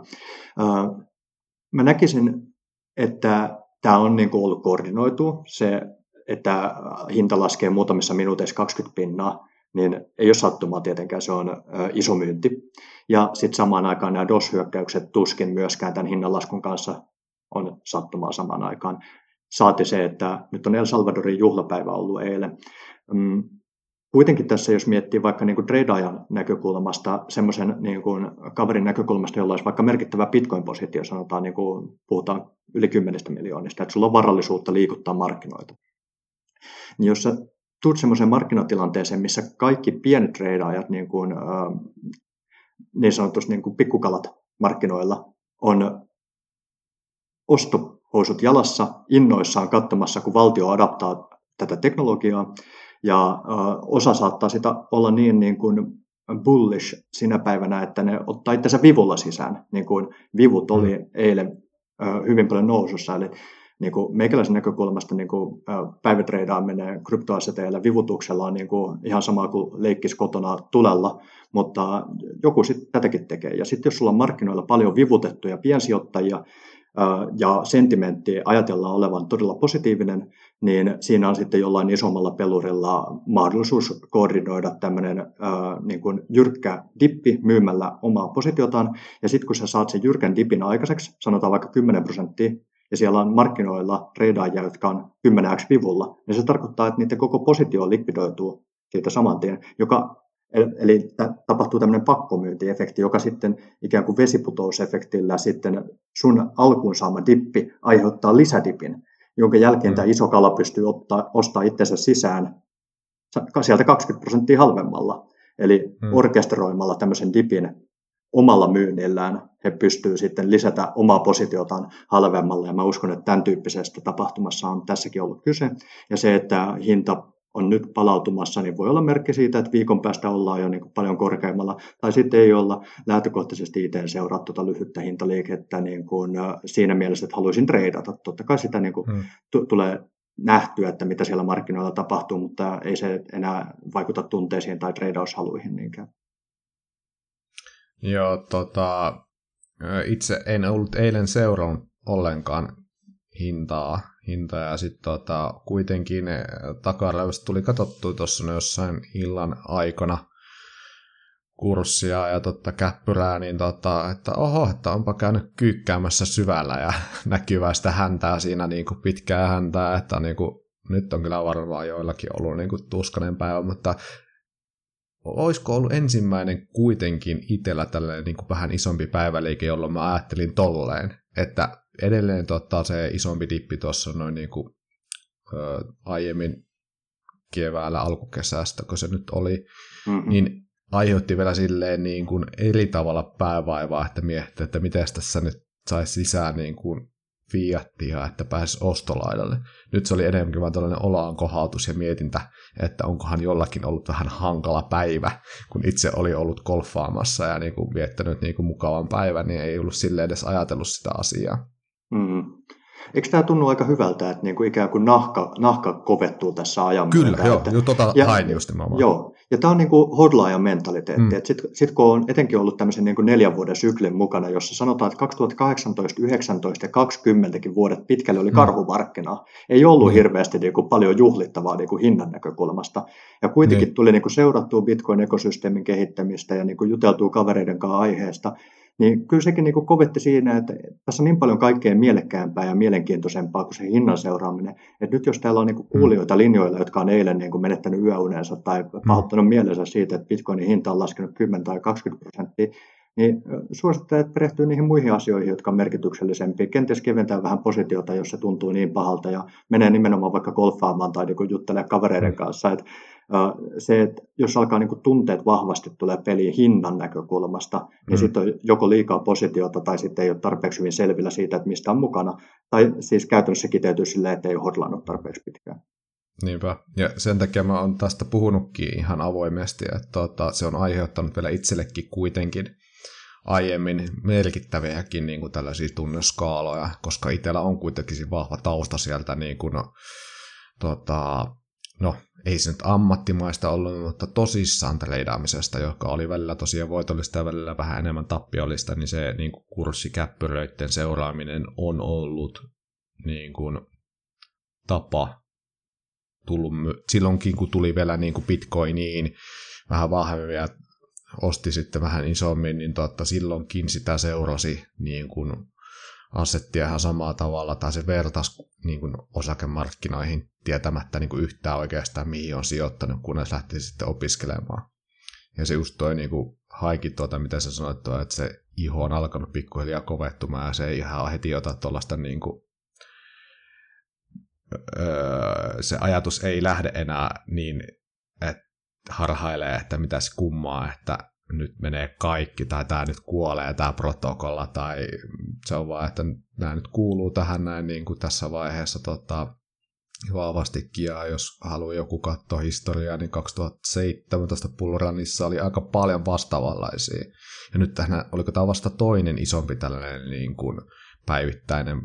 Mä näkisin, että tämä on niin kuin ollut koordinoitu, se, että hinta laskee muutamissa minuuteissa kaksikymmentä pinnaa, niin ei ole sattumaa tietenkään, se on iso myynti. Ja sitten samaan aikaan nämä D O S-hyökkäykset tuskin myöskään tämän hinnanlaskun kanssa on sattumaa samaan aikaan. Saati se, että nyt on El Salvadorin juhlapäivä ollut eilen. Kuitenkin tässä, jos miettii vaikka niin kuin treidaajan näkökulmasta, semmoisen niin kuin kaverin näkökulmasta, jolla olisi vaikka merkittävä Bitcoin-positio, sanotaan, niin kuin puhutaan yli kymmenestä miljoonista, että sulla on varallisuutta liikuttaa markkinoita. Niin jos sä tulet semmoiseen markkinatilanteeseen, missä kaikki pienet treidaajat, niin, kuin, niin sanotusti niin kuin pikkukalat markkinoilla, on ostohousut jalassa, innoissaan katsomassa, kun valtio adaptaa tätä teknologiaa, ja osa saattaa sitä olla niin, niin kuin bullish sinä päivänä, että ne ottaa itsensä vivulla sisään, niin kuin vivut oli eilen hyvin paljon nousussa. Eli niin kuin meikäläisen näkökulmasta niin kuin päivätreidaaminen kryptoaseteilla vivutuksella on niin kuin ihan sama kuin leikkis kotona tulella, mutta joku sitten tätäkin tekee. Ja sitten jos sulla on markkinoilla paljon vivutettuja piensijoittajia, ja sentimentti ajatellaan olevan todella positiivinen, niin siinä on sitten jollain isommalla pelurilla mahdollisuus koordinoida tämmöinen ää, niin kuin jyrkkä dippi myymällä omaa positiotaan, ja sitten kun sä saat sen jyrkän dipin aikaiseksi, sanotaan vaikka kymmenen prosenttia, ja siellä on markkinoilla treidaajia, jotka on kymmenen x vivulla, niin se tarkoittaa, että niiden koko positio likvidoituu siitä saman tien, joka Eli tapahtuu tämmöinen pakkomyyntiefekti, joka sitten ikään kuin vesiputousefektillä sitten sun alkuun saama dippi aiheuttaa lisädipin, jonka jälkeen mm. tämä iso kala pystyy ottaa, ostaa itsensä sisään sieltä kaksikymmentä prosenttia halvemmalla. Eli mm. orkestroimalla tämmöisen dipin omalla myynnillään he pystyvät sitten lisätä omaa positiotaan halvemmalla. Ja mä uskon, että tämän tyyppisestä tapahtumassa on tässäkin ollut kyse. Ja se, että hinta on nyt palautumassa, niin voi olla merkki siitä, että viikon päästä ollaan jo niin kuin paljon korkeammalla, tai sitten ei olla lähtökohtaisesti itse seuraa tuota lyhyttä hintaliikettä niin kuin siinä mielessä, että haluaisin treidata. Totta kai sitä niin kuin hmm. t- tulee nähtyä, että mitä siellä markkinoilla tapahtuu, mutta ei se enää vaikuta tunteisiin tai treidaushaluihin niinkään. Joo, tota, itse en ollut eilen seurannut ollenkaan hintaa, hinta ja sitten tota, kuitenkin takaraivosta tuli katsottua tuossa jossain illan aikana kurssia ja totta käppyrää, niin tota, että oho, että onpa käynyt kyykkäämässä syvällä ja näkyvää sitä häntää siinä niin kuin pitkää häntää, että on niin kuin nyt on kyllä varmaan joillakin ollut niin kuin tuskainen päivä, mutta olisiko ollut ensimmäinen kuitenkin itsellä tällainen niin kuin vähän isompi päiväliike, jolloin mä ajattelin tolleen, että edelleen tota, se isompi dippi tuossa noin niin kuin, ö, aiemmin keväällä alkukesästä, kun se nyt oli, mm-hmm. niin aiheutti vielä silleen niin kuin eri tavalla päävaivaa, että miettii, että miten tässä nyt saisi sisään niin kuin fiattia, että pääsisi ostolaidalle. Nyt se oli enemmänkin vaan tällainen olaan kohautus ja mietintä, että onkohan jollakin ollut vähän hankala päivä, kun itse oli ollut golfaamassa ja niin kuin viettänyt niin kuin mukavan päivän, niin ei ollut silleen edes ajatellut sitä asiaa. Mm. Eikö tämä tunnu aika hyvältä, että niinku ikään kuin nahka, nahka kovettuu tässä ajan Kyllä, myötä, joo, että, jo, tota ja, hain just nimenomaan. Joo, ja tämä on niinku hodlaajan mentaliteetti. Mm. Sitten sit kun on etenkin ollut tämmöisen niinku neljän vuoden syklin mukana, jossa sanotaan, että kaksituhattakahdeksantoista, yhdeksäntoista ja kaksikymmentäkin vuodet pitkälle oli mm. karhumarkkinaa. Ei ollut mm. hirveästi niinku paljon juhlittavaa niinku hinnan näkökulmasta. Ja kuitenkin mm. tuli niinku seurattua Bitcoin-ekosysteemin kehittämistä ja niinku juteltua kavereiden kanssa aiheesta. Niin kyllä sekin niin kuin kovetti siinä, että tässä on niin paljon kaikkea mielekkäämpää ja mielenkiintoisempaa kuin se hinnan seuraaminen. Että nyt jos täällä on niin kuin kuulijoita linjoilla, jotka on eilen niin kuin menettänyt yöunensa tai pahoittanut mielensä siitä, että Bitcoinin hinta on laskenut kymmenen tai kaksikymmentä prosenttia, niin suosittelen, että perehtyy niihin muihin asioihin, jotka on merkityksellisempiä. Kenties keventää vähän positiota, jos se tuntuu niin pahalta ja menee nimenomaan vaikka golfaamaan tai niin kuin juttelemaan kavereiden kanssa. Että se, että jos alkaa niin kuin tunteet vahvasti tulee peliin hinnan näkökulmasta, mm. niin sitten on joko liikaa positiota tai sitten ei ole tarpeeksi hyvin selvillä siitä, että mistä on mukana. Tai siis käytännössä kiteytyy silleen, että ei ole hodlannut tarpeeksi pitkään. Niinpä. Ja sen takia mä oon tästä puhunutkin ihan avoimesti, että tota, se on aiheuttanut vielä itsellekin kuitenkin aiemmin merkittäviäkin niin kuin tällaisia tunneskaaloja, koska itsellä on kuitenkin vahva tausta sieltä niin kuin, no, tota, no, ei se nyt ammattimaista ollut, mutta tosissaan treidaamisesta, joka oli välillä tosiaan voitollista ja välillä vähän enemmän tappiollista, niin se niin kuin kurssikäppyröiden seuraaminen on ollut niin kuin tapa tullut silloinkin, kun tuli vielä niin kuin Bitcoiniin vähän vahvemmin ja osti sitten vähän isommin, niin totta, silloinkin sitä seurasi niin kuin asettia ihan samalla tavalla, tai se vertaisi niin kuin osakemarkkinoihin tietämättä niin kuin yhtään oikeastaan, mihin on sijoittanut, kunnes lähti sitten opiskelemaan. Ja se just toi niin kuin haikin tuota, mitä sä sanoit, tuo, että se iho on alkanut pikkuhiljaa kovettumaan, ja se ei ihan heti ota tuollaista, niin kuin, öö, se ajatus ei lähde enää niin, että harhailee, että mitäs kummaa, että nyt menee kaikki, tai tämä nyt kuolee, tämä protokolla, tai se on vaan, että nämä nyt kuuluu tähän näin niin kuin tässä vaiheessa tota, vahvastikin, ja jos haluaa joku katsoa historiaa, niin kaksituhattaseitsemäntoista Bullrunissa oli aika paljon vastaavanlaisia. Ja nyt tähän, oliko tämä vasta toinen isompi tällainen niin kuin päivittäinen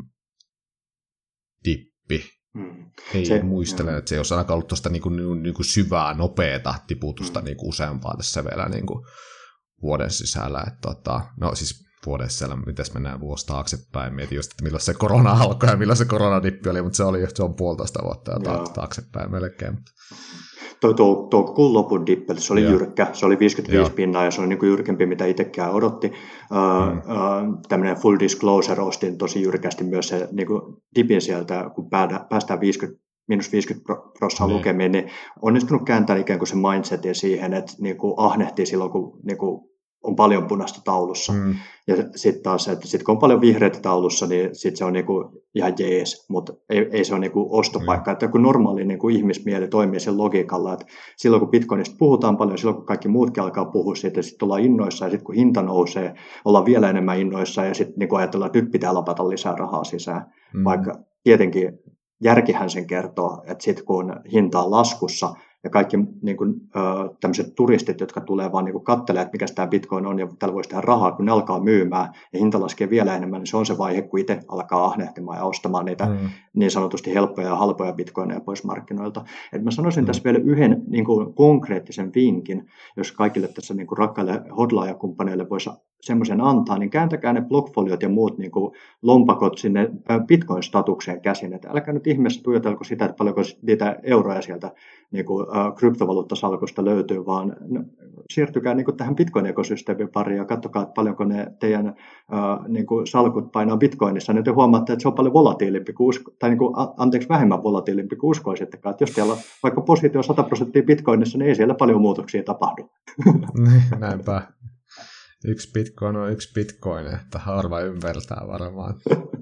dippi. Hmm. Ei se, muistele, että se ei olisi ainakaan ollut tuosta niin kuin, niin kuin syvää, nopeata tiputusta hmm. niin kuin useampaa tässä vielä niin kuin vuoden sisällä. Että, tota, no siis vuoden sisällä, miten mennään vuosi taaksepäin. Mietin just, että milloin se korona alkoi ja milloin se koronadippi oli, mutta se oli se on puolitoista vuotta taakse, taaksepäin melkein. Tuo toukokuun lopun dippi, se oli Joo. jyrkkä, se oli viisikymmentäviisi Joo. pinnaa ja se oli niin kuin jyrkempi, mitä itsekään odotti. Mm. Uh, tämmöinen full disclosure, ostin tosi jyrkästi myös se niin kuin dipin sieltä, kun päästään viisikymmentä, miinus viisikymmentä prosenttia mm. lukemiin, niin onnistunut kääntämään ikään kuin se mindsetin siihen, että niin kuin ahnehtii silloin, kun niin kuin on paljon punaista taulussa. Mm. Ja sitten taas, että sit kun on paljon vihreitä taulussa, niin sitten se on niinku ihan jees, mutta ei, ei se ole niinku ostopaikka. Mm. Että kun normaali niinku ihmismieli toimii sen logiikalla, että silloin kun Bitcoinista puhutaan paljon, silloin kun kaikki muutkin alkaa puhua siitä, ja sitten ollaan innoissaan, ja sitten kun hinta nousee, ollaan vielä enemmän innoissaan, ja sitten niinku ajatellaan, että nyt pitää lapata lisää rahaa sisään. Mm. Vaikka tietenkin järkihän sen kertoo, että sitten kun hinta on laskussa, ja kaikki niin kuin, tämmöiset turistit, jotka tulee vaan niin katselemaan, että mikä tämä Bitcoin on ja täällä voisi tehdä rahaa, kun ne alkaa myymään ja hinta laskee vielä enemmän, niin se on se vaihe, kun itse alkaa ahnehtimaan ja ostamaan niitä mm. niin sanotusti helppoja ja halpoja Bitcoineja pois markkinoilta. Et mä sanoisin mm. tässä vielä yhden niin kuin konkreettisen vinkin, jos kaikille tässä niin kuin rakkaille hodlaajakumppaneille voisi semmoisen antaa, niin kääntäkää ne blockfoliot ja muut niin kuin lompakot sinne Bitcoin-statukseen käsin. Että älkää nyt ihmeessä tuijotelko sitä, että paljonko niitä euroja sieltä niin kuin, uh, kryptovaluuttasalkusta löytyy, vaan no, siirtykää niin kuin tähän Bitcoin-ekosysteemin pariin ja katsokaa, että paljonko ne teidän uh, niin kuin salkut painaa Bitcoinissa, niin te huomaatte, että se on paljon volatiilimpi kuin usko, tai niin kuin, anteeksi, vähemmän volatiilimpi kuin uskoisittekaan. Että jos teillä on vaikka positio sata prosenttia Bitcoinissa, niin ei siellä paljon muutoksia tapahdu. Näinpä. Yksi bitcoin on yksi bitcoin, että harva ymmärtää varmaan.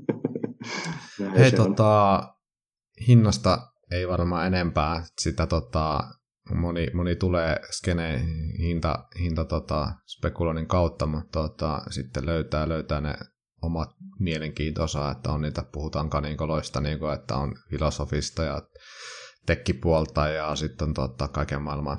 Hei, tota, hinnasta ei varmaan enempää. Sitä tota, moni, moni tulee skeneen hinta, hinta tota, spekuloinnin kautta, mutta tota, sitten löytää, löytää ne omat mielenkiintoisaa, että on niitä, puhutaan kaninkoloista, niin kuin, että on filosofista ja tekkipuolta ja sitten tota, kaiken maailman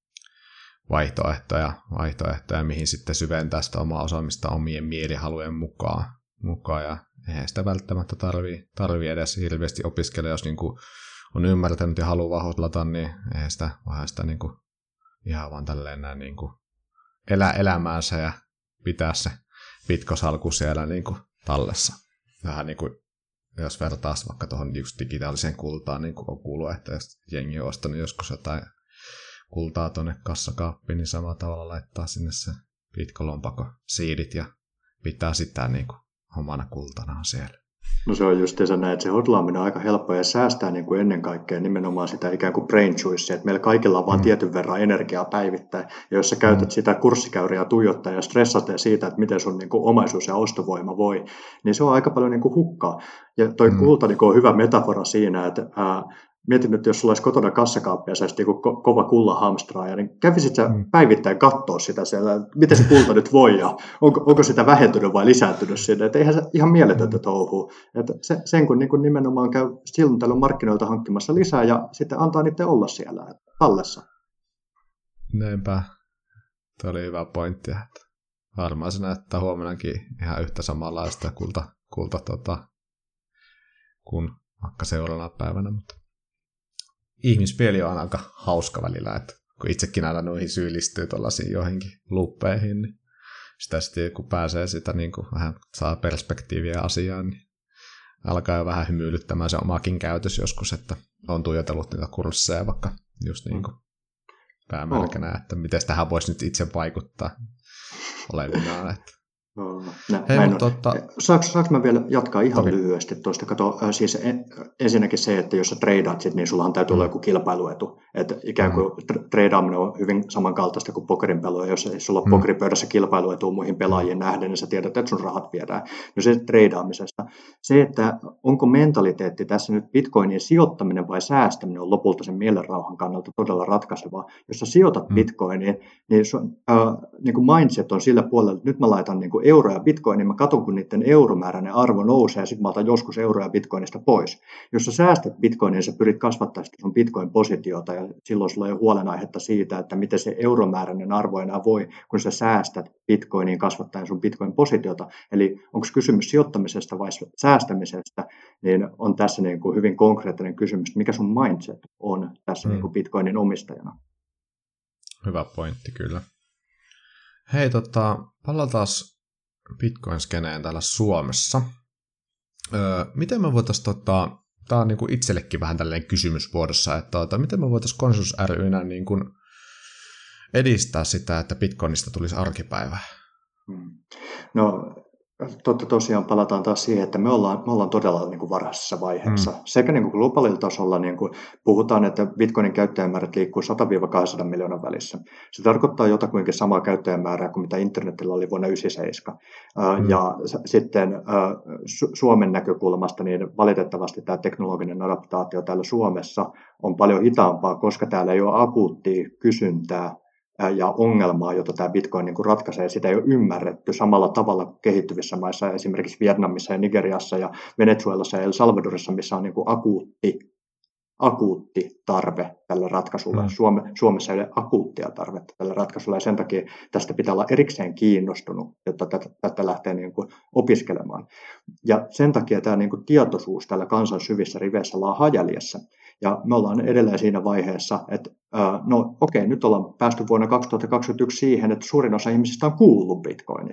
vaihtoehtoja, vaihtoehtoja, mihin sitten syventää sitä omaa osaamista omien mielihalujen mukaan. mukaan ja eihän sitä välttämättä tarvii, tarvii edes hirveästi opiskella, jos niin kuin on ymmärtänyt ja haluaa hotlata, niin eihän sitä, vähän sitä niin kuin ihan vaan tälleen näin niin kuin elää elämäänsä ja pitää se bitkosalku siellä niin kuin tallessa. Vähän niin kuin, jos vertaisi vaikka tuohon just digitaaliseen kultaan, niin kuin on kuullut, että jos jengi on ostanut joskus jotain kultaa tuonne kassakaappiin, niin samalla tavalla laittaa sinne se bitkolonpako siidit ja pitää sitä niin kuin omana kultanaan siellä. No se on just se näin, että se hodlaaminen on aika helppoa ja säästää niin kuin ennen kaikkea nimenomaan sitä ikään kuin brain juicea, että meillä kaikilla on vaan mm. tietyn verran energiaa päivittäin, ja jos sä käytät mm. sitä kurssikäyriä tuijottaa ja stressat siitä, että miten sun niin kuin omaisuus ja ostovoima voi, niin se on aika paljon niin kuin hukkaa. Ja toi mm. kulta niin kuin on hyvä metafora siinä, että ää, mietin nyt, jos sulla olisi kotona kassakaappi ja sä olisit ko- kova kulla hamstraaja, niin kävisit sä mm. päivittäin katsoa sitä siellä, miten se kulta nyt voi ja onko, onko sitä vähentynyt vai lisääntynyt sinne. Että eihän se ihan mieletöntä touhua. Että se, sen kun niin kun nimenomaan käy silloin tällöin markkinoilta hankkimassa lisää ja sitten antaa niiden olla siellä tallessa. Näinpä. Tuo oli hyvä pointti. Että varmaan se näyttää huomennakin ihan yhtä samanlaista kulta, kulta tota, kuin vaikka seuraavana päivänä, mutta ihmispeli on aika hauska välillä, että kun itsekin aina noihin syyllistyy tuollaisiin joihinkin luppeihin, niin sitä sitten kun pääsee sitä niin kuin vähän saa perspektiiviä asiaan, niin alkaa jo vähän hymyilyttämään se omakin käytös joskus, että on tuijotellut niitä kursseja vaikka just niin kuin päämärkänä, oh. että miten tähän voisi nyt itse vaikuttaa olevinaan, että No, nä, Hei, mutta totta... Saanko, saanko mä vielä jatkaa ihan Toki. lyhyesti tuosta? Kato, siis en, ensinnäkin se, että jos sä treidaat sit, niin sullahan täytyy mm. olla joku kilpailuetu. Että ikään kuin mm. treidaaminen on hyvin samankaltaista kuin pokerin pelua. Jos sulla on mm. pokeripöydässä kilpailuetu muihin pelaajiin nähden, niin sä tiedät, että sun rahat viedään. No se treidaamisesta. Se, että onko mentaliteetti tässä nyt bitcoinin sijoittaminen vai säästäminen on lopulta sen mielenrauhan kannalta todella ratkaisevaa. Jos sä sijoitat mm. bitcoiniin, niin, sun, äh, niin kuin mindset on sillä puolella, että nyt mä laitan niin kuin euroja bitcoin, niin mä katson, kun niiden euromääräinen arvo nousee, ja sitten mä otan joskus euroja bitcoinista pois. Jos sä säästät bitcoinia, niin sä pyrit kasvattaa sitä sun bitcoin-positiota, ja silloin sulla ei ole huolenaihetta siitä, että miten se euromääräinen arvo enää voi, kun sä säästät bitcoiniin kasvattaen sun bitcoin-positiota. Eli onko kysymys sijoittamisesta vai säästämisestä, niin on tässä niin kuin hyvin konkreettinen kysymys, mikä sun mindset on tässä mm. niin kuin bitcoinin omistajana. Hyvä pointti, kyllä. Hei, tota, palataan Bitcoin-skeneen täällä Suomessa. Öö, miten me voitaisiin, tota, tämä on niinku itsellekin vähän tälleen kysymys vuodossa, että tota, miten me voitaisiin Konsensus ry:nä niinku edistää sitä, että Bitcoinista tulisi arkipäivää? No totta tosiaan palataan taas siihen, että me ollaan, me ollaan todella niin kuin varhaisessa vaiheessa. Mm. Sekä niin kuin globaalilla tasolla niin kuin puhutaan, että Bitcoinin käyttäjämäärät liikkuu sata kaksisataa miljoonan välissä. Se tarkoittaa jotakuinkin samaa käyttäjämäärää kuin mitä internetillä oli vuonna yhdeksänkymmentäseitsemän. Mm. Ja sitten Su- Suomen näkökulmasta niin valitettavasti tämä teknologinen adaptaatio täällä Suomessa on paljon hitaampaa, koska täällä ei ole akuuttia kysyntää ja ongelmaa, jota tämä Bitcoin niin kuin ratkaisee, sitä ei ole ymmärretty samalla tavalla kuin kehittyvissä maissa, esimerkiksi Vietnamissa ja Nigeriassa ja Venezuelassa ja El Salvadorissa, missä on niin kuin akuutti, akuutti tarve tälle ratkaisulle. Mm. Suome, Suomessa ei ole akuuttia tarvetta tälle ratkaisulle, ja sen takia tästä pitää olla erikseen kiinnostunut, jotta tätä, tätä lähtee niin kuin opiskelemaan. Ja sen takia tämä niin kuin tietoisuus tällä kansan syvissä riveissä laahaa jäljessä. Ja me ollaan edelleen siinä vaiheessa, että no okei, nyt ollaan päästy vuonna kaksituhattakaksikymmentäyksi siihen, että suurin osa ihmisistä on kuullut Bitcoinista.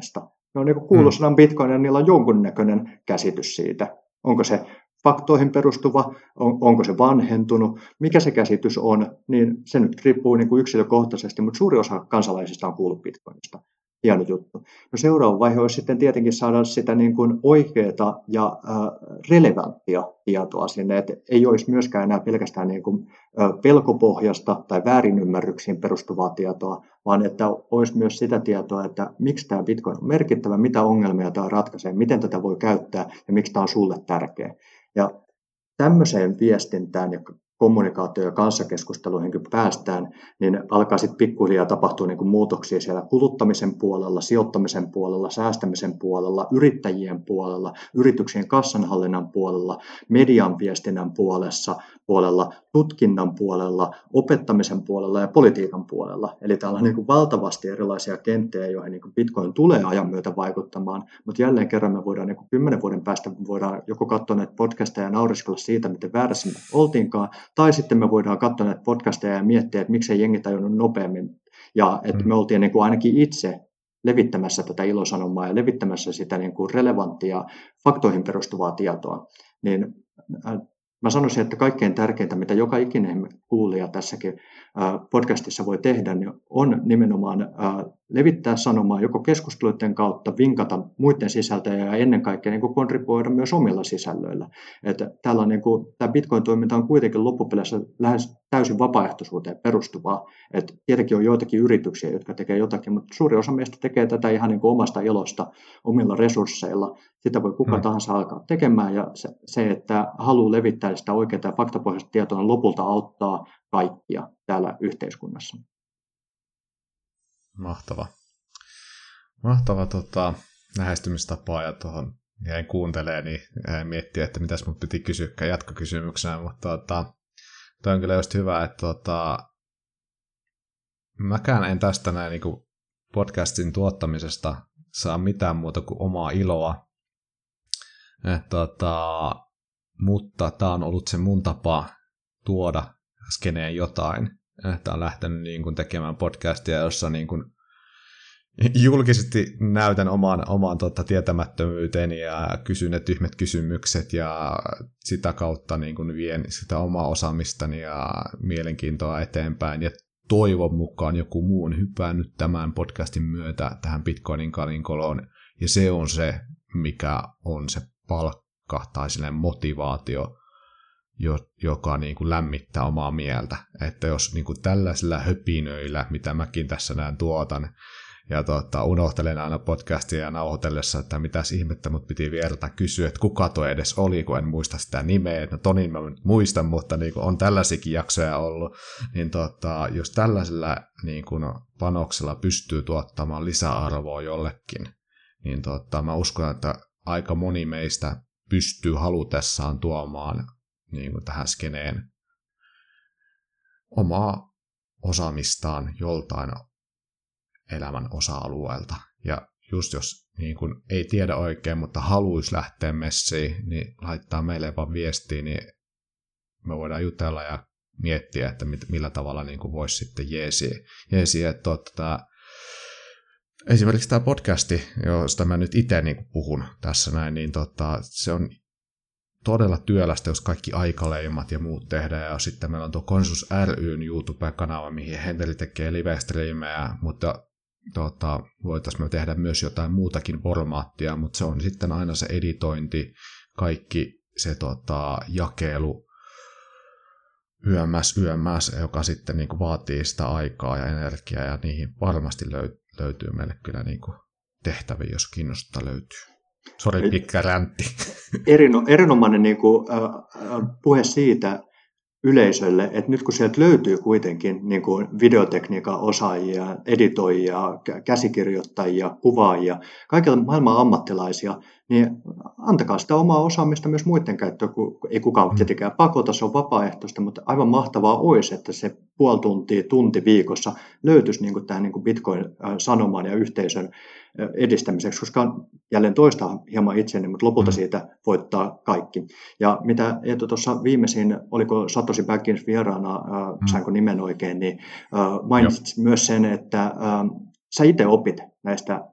Ne on niin kuin kuullut sanan Bitcoin ja niillä on jonkunnäköinen käsitys siitä. Onko se faktoihin perustuva, on, onko se vanhentunut, mikä se käsitys on, niin se nyt riippuu niin kuin yksilökohtaisesti, mutta suuri osa kansalaisista on kuullut Bitcoinista. Hieno juttu. No seuraava vaihe olisi sitten tietenkin saada sitä niin kuin oikeaa ja äh, relevanttia tietoa sinne, että ei olisi myöskään enää pelkästään niin kuin, äh, pelkopohjasta tai väärinymmärryksiin perustuvaa tietoa, vaan että olisi myös sitä tietoa, että miksi tämä Bitcoin on merkittävä, mitä ongelmia tämä ratkaisee, miten tätä voi käyttää ja miksi tämä on sulle tärkeä. Ja tämmöiseen viestintään ja kommunikaatio- ja kanssakeskusteluihin kun päästään, niin alkaa sitten pikkuhiljaa tapahtua niin kuin muutoksia siellä kuluttamisen puolella, sijoittamisen puolella, säästämisen puolella, yrittäjien puolella, yrityksien kassanhallinnan puolella, median viestinnän puolessa, puolella, tutkinnan puolella, opettamisen puolella ja politiikan puolella. Eli täällä on niin kuin valtavasti erilaisia kenttiä, joihin niin kuin Bitcoin tulee ajan myötä vaikuttamaan, mutta jälleen kerran me voidaan niin kuin kymmenen vuoden päästä voidaan joko katsoa näitä podcasteja ja nauriskella siitä, miten väärässä me oltiinkaan, tai sitten me voidaan katsoa näitä podcasteja ja miettiä, että miksei jengi tajunnut nopeammin, ja että me oltiin niin kuin ainakin itse levittämässä tätä ilosanomaa ja levittämässä sitä niin kuin relevanttia faktoihin perustuvaa tietoa. Niin mä sanoisin, että kaikkein tärkeintä, mitä joka ikinen kuulija tässäkin podcastissa voi tehdä, niin on nimenomaan levittää sanomaa joko keskusteluiden kautta, vinkata muiden sisältöjä ja ennen kaikkea niin kuin kontribuoida myös omilla sisällöillä. Että täällä on niin kuin, tämä Bitcoin-toiminta on kuitenkin loppupeleissä lähes täysin vapaaehtoisuuteen perustuvaa. Että tietenkin on joitakin yrityksiä, jotka tekee jotakin, mutta suuri osa meistä tekee tätä ihan niin kuin omasta ilosta, omilla resursseilla. Sitä voi kuka hmm. tahansa alkaa tekemään ja se, se että haluaa levittää sitä oikeaa ja faktapohjaista tietoa, lopulta auttaa kaikkia täällä yhteiskunnassa. Mahtava. Mahtava tota, lähestymistapa ja tuohon jäin kuuntelemaan, niin jäin miettiä, että mitäs mun piti kysyä jatkokysymyksenä, mutta tota, toi on kyllä just hyvä, että tota, mäkään en tästä näin niin kuin podcastin tuottamisesta saa mitään muuta kuin omaa iloa, et, tota, mutta tämä on ollut se mun tapa tuoda skeneen jotain. Että on lähtenyt niin kuin tekemään podcastia, jossa niin kuin julkisesti näytän oman, oman tota, tietämättömyyteni ja kysyn ne tyhmät kysymykset ja sitä kautta niin kuin vien sitä omaa osaamistani ja mielenkiintoa eteenpäin. Ja toivon mukaan joku muu on hypännyt tämän podcastin myötä tähän Bitcoinin kalinkoloon. Ja se on se, mikä on se palkka tai sellainen motivaatio, joka niin kuin lämmittää omaa mieltä. Että jos niin kuin tällaisilla höpinöillä, mitä mäkin tässä näen tuotan, ja tota, unohtelen aina podcastia ja nauhoitellessa, että mitäs ihmettä mut piti vierata kysyä, että kuka tuo edes oli, kun en muista sitä nimeä. No Tonin mä muistan, mutta niin kuin on tällaisikin jaksoja ollut. Niin tota, jos tällaisella niin kuin panoksella pystyy tuottamaan lisäarvoa jollekin, niin tota, mä uskon, että aika moni meistä pystyy halutessaan tuomaan niin kuin tähän skeneen omaa osaamistaan joltain elämän osa-alueelta. Ja just jos niin kuin ei tiedä oikein, mutta haluaisi lähteä messiin, niin laittaa meille vaan viestiä, niin me voidaan jutella ja miettiä, että mit, millä tavalla niin kuin voisi sitten jeesiä. jeesiä että tota, esimerkiksi tämä podcasti, josta mä nyt itse niin kuin puhun tässä näin, niin tota, se on todella työlästä, jos kaikki aikaleimat ja muut tehdään, ja sitten meillä on tuo Konsensus ry:n YouTube-kanava, mihin Henri tekee live-striimejä, mutta tota, voitaisiin me tehdä myös jotain muutakin formaattia, mutta se on sitten aina se editointi, kaikki se tota, jakelu, yömmäs, yömmäs, joka sitten niin kuin vaatii sitä aikaa ja energiaa, ja niihin varmasti löy- löytyy meille kyllä niin kuin tehtäviä, jos kiinnostaa löytyy. Sori, pitkä räntti. Erino, erinomainen niin kuin, äh, puhe siitä yleisölle, että nyt kun sieltä löytyy kuitenkin niin kuin videotekniikan osaajia, editoijia, käsikirjoittajia, kuvaajia, kaikilla maailman ammattilaisia, niin antakaa sitä omaa osaamista myös muiden käyttöön, kun ei kukaan tietenkään pakota, se on vapaaehtoista, mutta aivan mahtavaa olisi, että se puoli tuntia, tunti viikossa löytyisi niin kuin tähän niin kuin Bitcoin-sanoman ja yhteisön edistämiseksi, koska jälleen toistaa hieman itseäni, mutta lopulta siitä voittaa kaikki. Ja mitä Eetu tuossa viimeisin, oliko Satoshi Baggins vieraana, äh, saanko nimen oikein, niin äh, mainitsit Joo. myös sen, että äh, sä itse opit näistä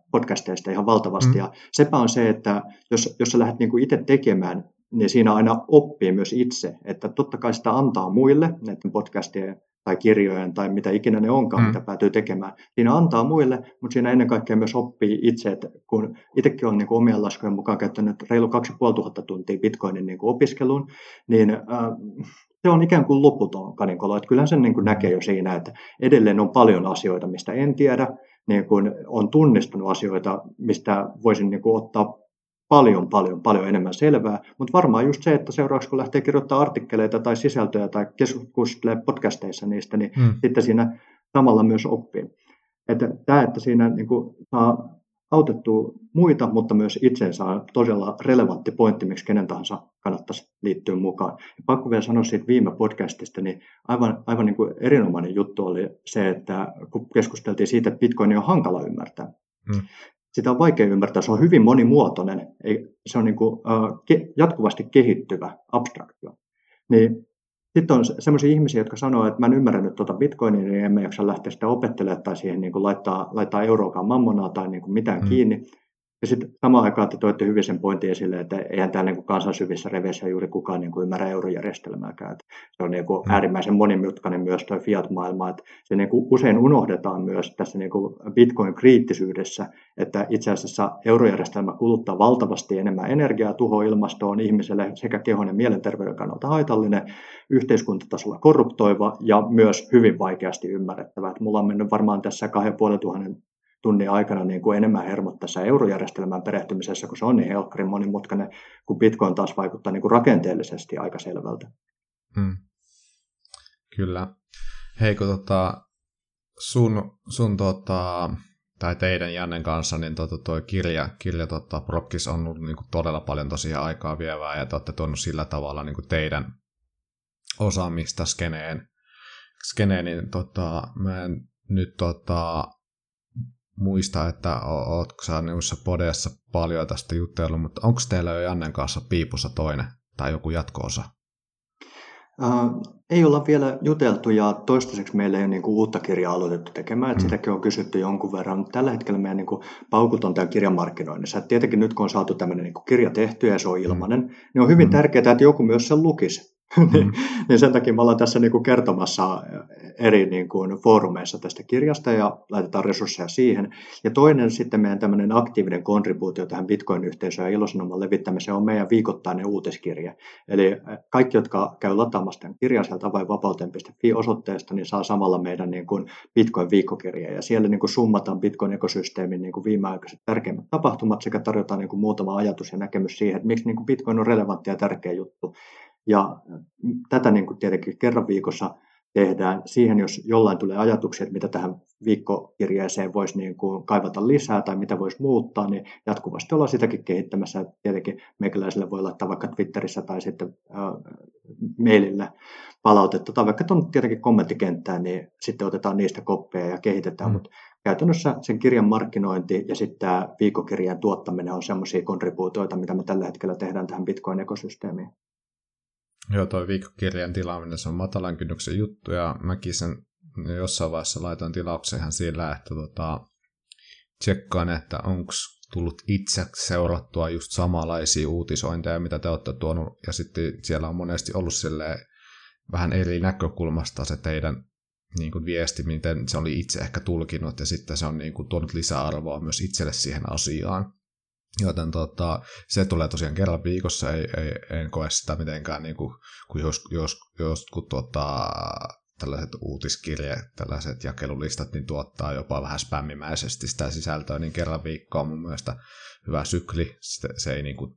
podcasteista ihan valtavasti. Mm. Ja sepä on se, että jos, jos sä lähdet niin kuin itse tekemään, niin siinä aina oppii myös itse. Että totta kai sitä antaa muille, näiden podcastien tai kirjojen tai mitä ikinä ne onkaan, Mm. mitä päätyy tekemään. Siinä antaa muille, mutta siinä ennen kaikkea myös oppii itse, että kun itsekin olen niin kuin omien laskujen mukaan käyttänyt reilu kaksi ja puoli tuhatta tuntia Bitcoinin niin kuin opiskeluun, niin äh, se on ikään kuin loputon kaninkolo. Että kyllähän sen niin kuin näkee jo siinä, että edelleen on paljon asioita, mistä en tiedä, niin kuin on tunnistunut asioita, mistä voisin niin kuin ottaa paljon, paljon, paljon enemmän selvää, mutta varmaan just se, että seuraavaksi kun lähtee kirjoittamaan artikkeleita tai sisältöjä tai keskustelee podcasteissa niistä, niin Mm. sitten siinä samalla myös oppii. Että tämä, että siinä niin kuin saa autettua muita, mutta myös itsensä on todella relevantti pointti, miksi kenen tahansa kannattaisi liittyä mukaan. Ja pakko vielä sanoa siitä viime podcastista, niin aivan, aivan niin kuin erinomainen juttu oli se, että kun keskusteltiin siitä, että Bitcoin on hankala ymmärtää. Mm. Sitä on vaikea ymmärtää, se on hyvin monimuotoinen, se on niin kuin, uh, ke, jatkuvasti kehittyvä abstraktio. Niin sitten on sellaisia ihmisiä, jotka sanoo, että mä en ymmärrä nyt tuota Bitcoinia, niin en mä jaksa lähteä sitä opettelemaan tai siihen niin kuin laittaa, laittaa euroakaan mammonaa tai niin kuin mitään Mm. kiinni. Ja sitten samaan aikaan te toitte hyvin sen pointin esille, että eihän täällä niin kansan syvissä reveissä juuri kukaan niin kuin ymmärrä eurojärjestelmääkään. Että se on niin kuin Mm. äärimmäisen monimutkainen myös tuo fiat-maailma. Että se niin kuin usein unohdetaan myös tässä niin kuin Bitcoin-kriittisyydessä, että itse asiassa eurojärjestelmä kuluttaa valtavasti enemmän energiaa, tuhoaa ilmastoon ihmiselle sekä kehon ja mielenterveyden kannalta haitallinen, yhteiskuntatasolla korruptoiva ja myös hyvin vaikeasti ymmärrettävä. Että mulla on mennyt varmaan tässä kahden ja puolen tuhannen tunnin aikana niin kuin enemmän hermot tässä eurojärjestelmään perehtymisessä, kun se on niin helkkarin monimutkainen, kun Bitcoin taas vaikuttaa niin kuin rakenteellisesti aika selvältä. Mm. Kyllä. Hei, kun tota, sun, sun tota, tai teidän Jannen kanssa, niin tota, tuo kirja, kirja tota, Prokkis on ollut niin kuin todella paljon tosiaan aikaa vievää, ja te olette tuonut sillä tavalla niin kuin teidän osaamista skeneen, skeneen niin tota, mä en nyt tota, muista, että ootko sä noissa podeissa paljon tästä juttellut, mutta onko teillä jo Jannen kanssa piipussa toinen tai joku jatko-osa? Uh, ei olla vielä juteltu ja toistaiseksi meillä ei ole niinku uutta kirjaa aloitettu tekemään, että mm. sitäkin on kysytty jonkun verran, mutta tällä hetkellä meidän niinku paukut on tämän kirjan markkinoinnissa. Et tietenkin nyt kun on saatu tämmöinen niinku kirja tehty ja se on ilmainen, mm. niin on hyvin mm. tärkeää, että joku myös sen lukisi. Mm. niin sen takia me ollaan tässä niinku kertomassa eri niinku foorumeissa tästä kirjasta ja laitetaan resursseja siihen. Ja toinen sitten meidän tämmöinen aktiivinen kontribuutio tähän Bitcoin-yhteisöön ja ilosanoman levittämiseen on meidän viikoittainen uutiskirja. Eli kaikki, jotka käy lataamassa tämän kirjan sieltä avainvapauteen piste fi-osoitteesta, niin saa samalla meidän niin kuin Bitcoin-viikkokirja. Ja siellä niin kuin summataan Bitcoin-ekosysteemin niin kuin viimeaikaiset tärkeimmät tapahtumat sekä tarjotaan niin kuin muutama ajatus ja näkemys siihen, että miksi niin kuin Bitcoin on relevantti ja tärkeä juttu. Ja tätä niin kuin tietenkin kerran viikossa tehdään. Siihen, jos jollain tulee ajatuksia, että mitä tähän viikkokirjeeseen voisi niin kuin kaivata lisää tai mitä voisi muuttaa, niin jatkuvasti ollaan sitäkin kehittämässä. Tietenkin meikäläisille voi laittaa vaikka Twitterissä tai sitten äh, mailillä palautetta tai vaikka tuonne tietenkin kommenttikenttään, niin sitten otetaan niistä koppeja ja kehitetään. Mm. Mutta käytännössä sen kirjan markkinointi ja sitten tämä viikkokirjan tuottaminen on semmoisia kontribuutioita, mitä me tällä hetkellä tehdään tähän Bitcoin-ekosysteemiin. Joo, toi viikkokirjan tilaaminen, se on matalan kynnyksen juttu, ja mäkin sen jossain vaiheessa laitoin tilauksen ihan sillä, että tota, tsekkaan, että onko tullut itse seurattua just samanlaisia uutisointeja, mitä te olette tuonut, ja sitten siellä on monesti ollut silleen vähän eri näkökulmasta se teidän niin kuin viesti, miten se oli itse ehkä tulkinut, ja sitten se on niin kuin tuonut lisäarvoa myös itselle siihen asiaan. Joten tota, se tulee tosiaan kerran viikossa, ei, ei, en koe sitä mitenkään, niin kuin, kun jos, jos, jos kun tuota, tällaiset uutiskirjeet, tällaiset jakelulistat, niin tuottaa jopa vähän spämmimäisesti sitä sisältöä, niin kerran viikkoa on mun mielestä hyvä sykli. Se, se ei niin kuin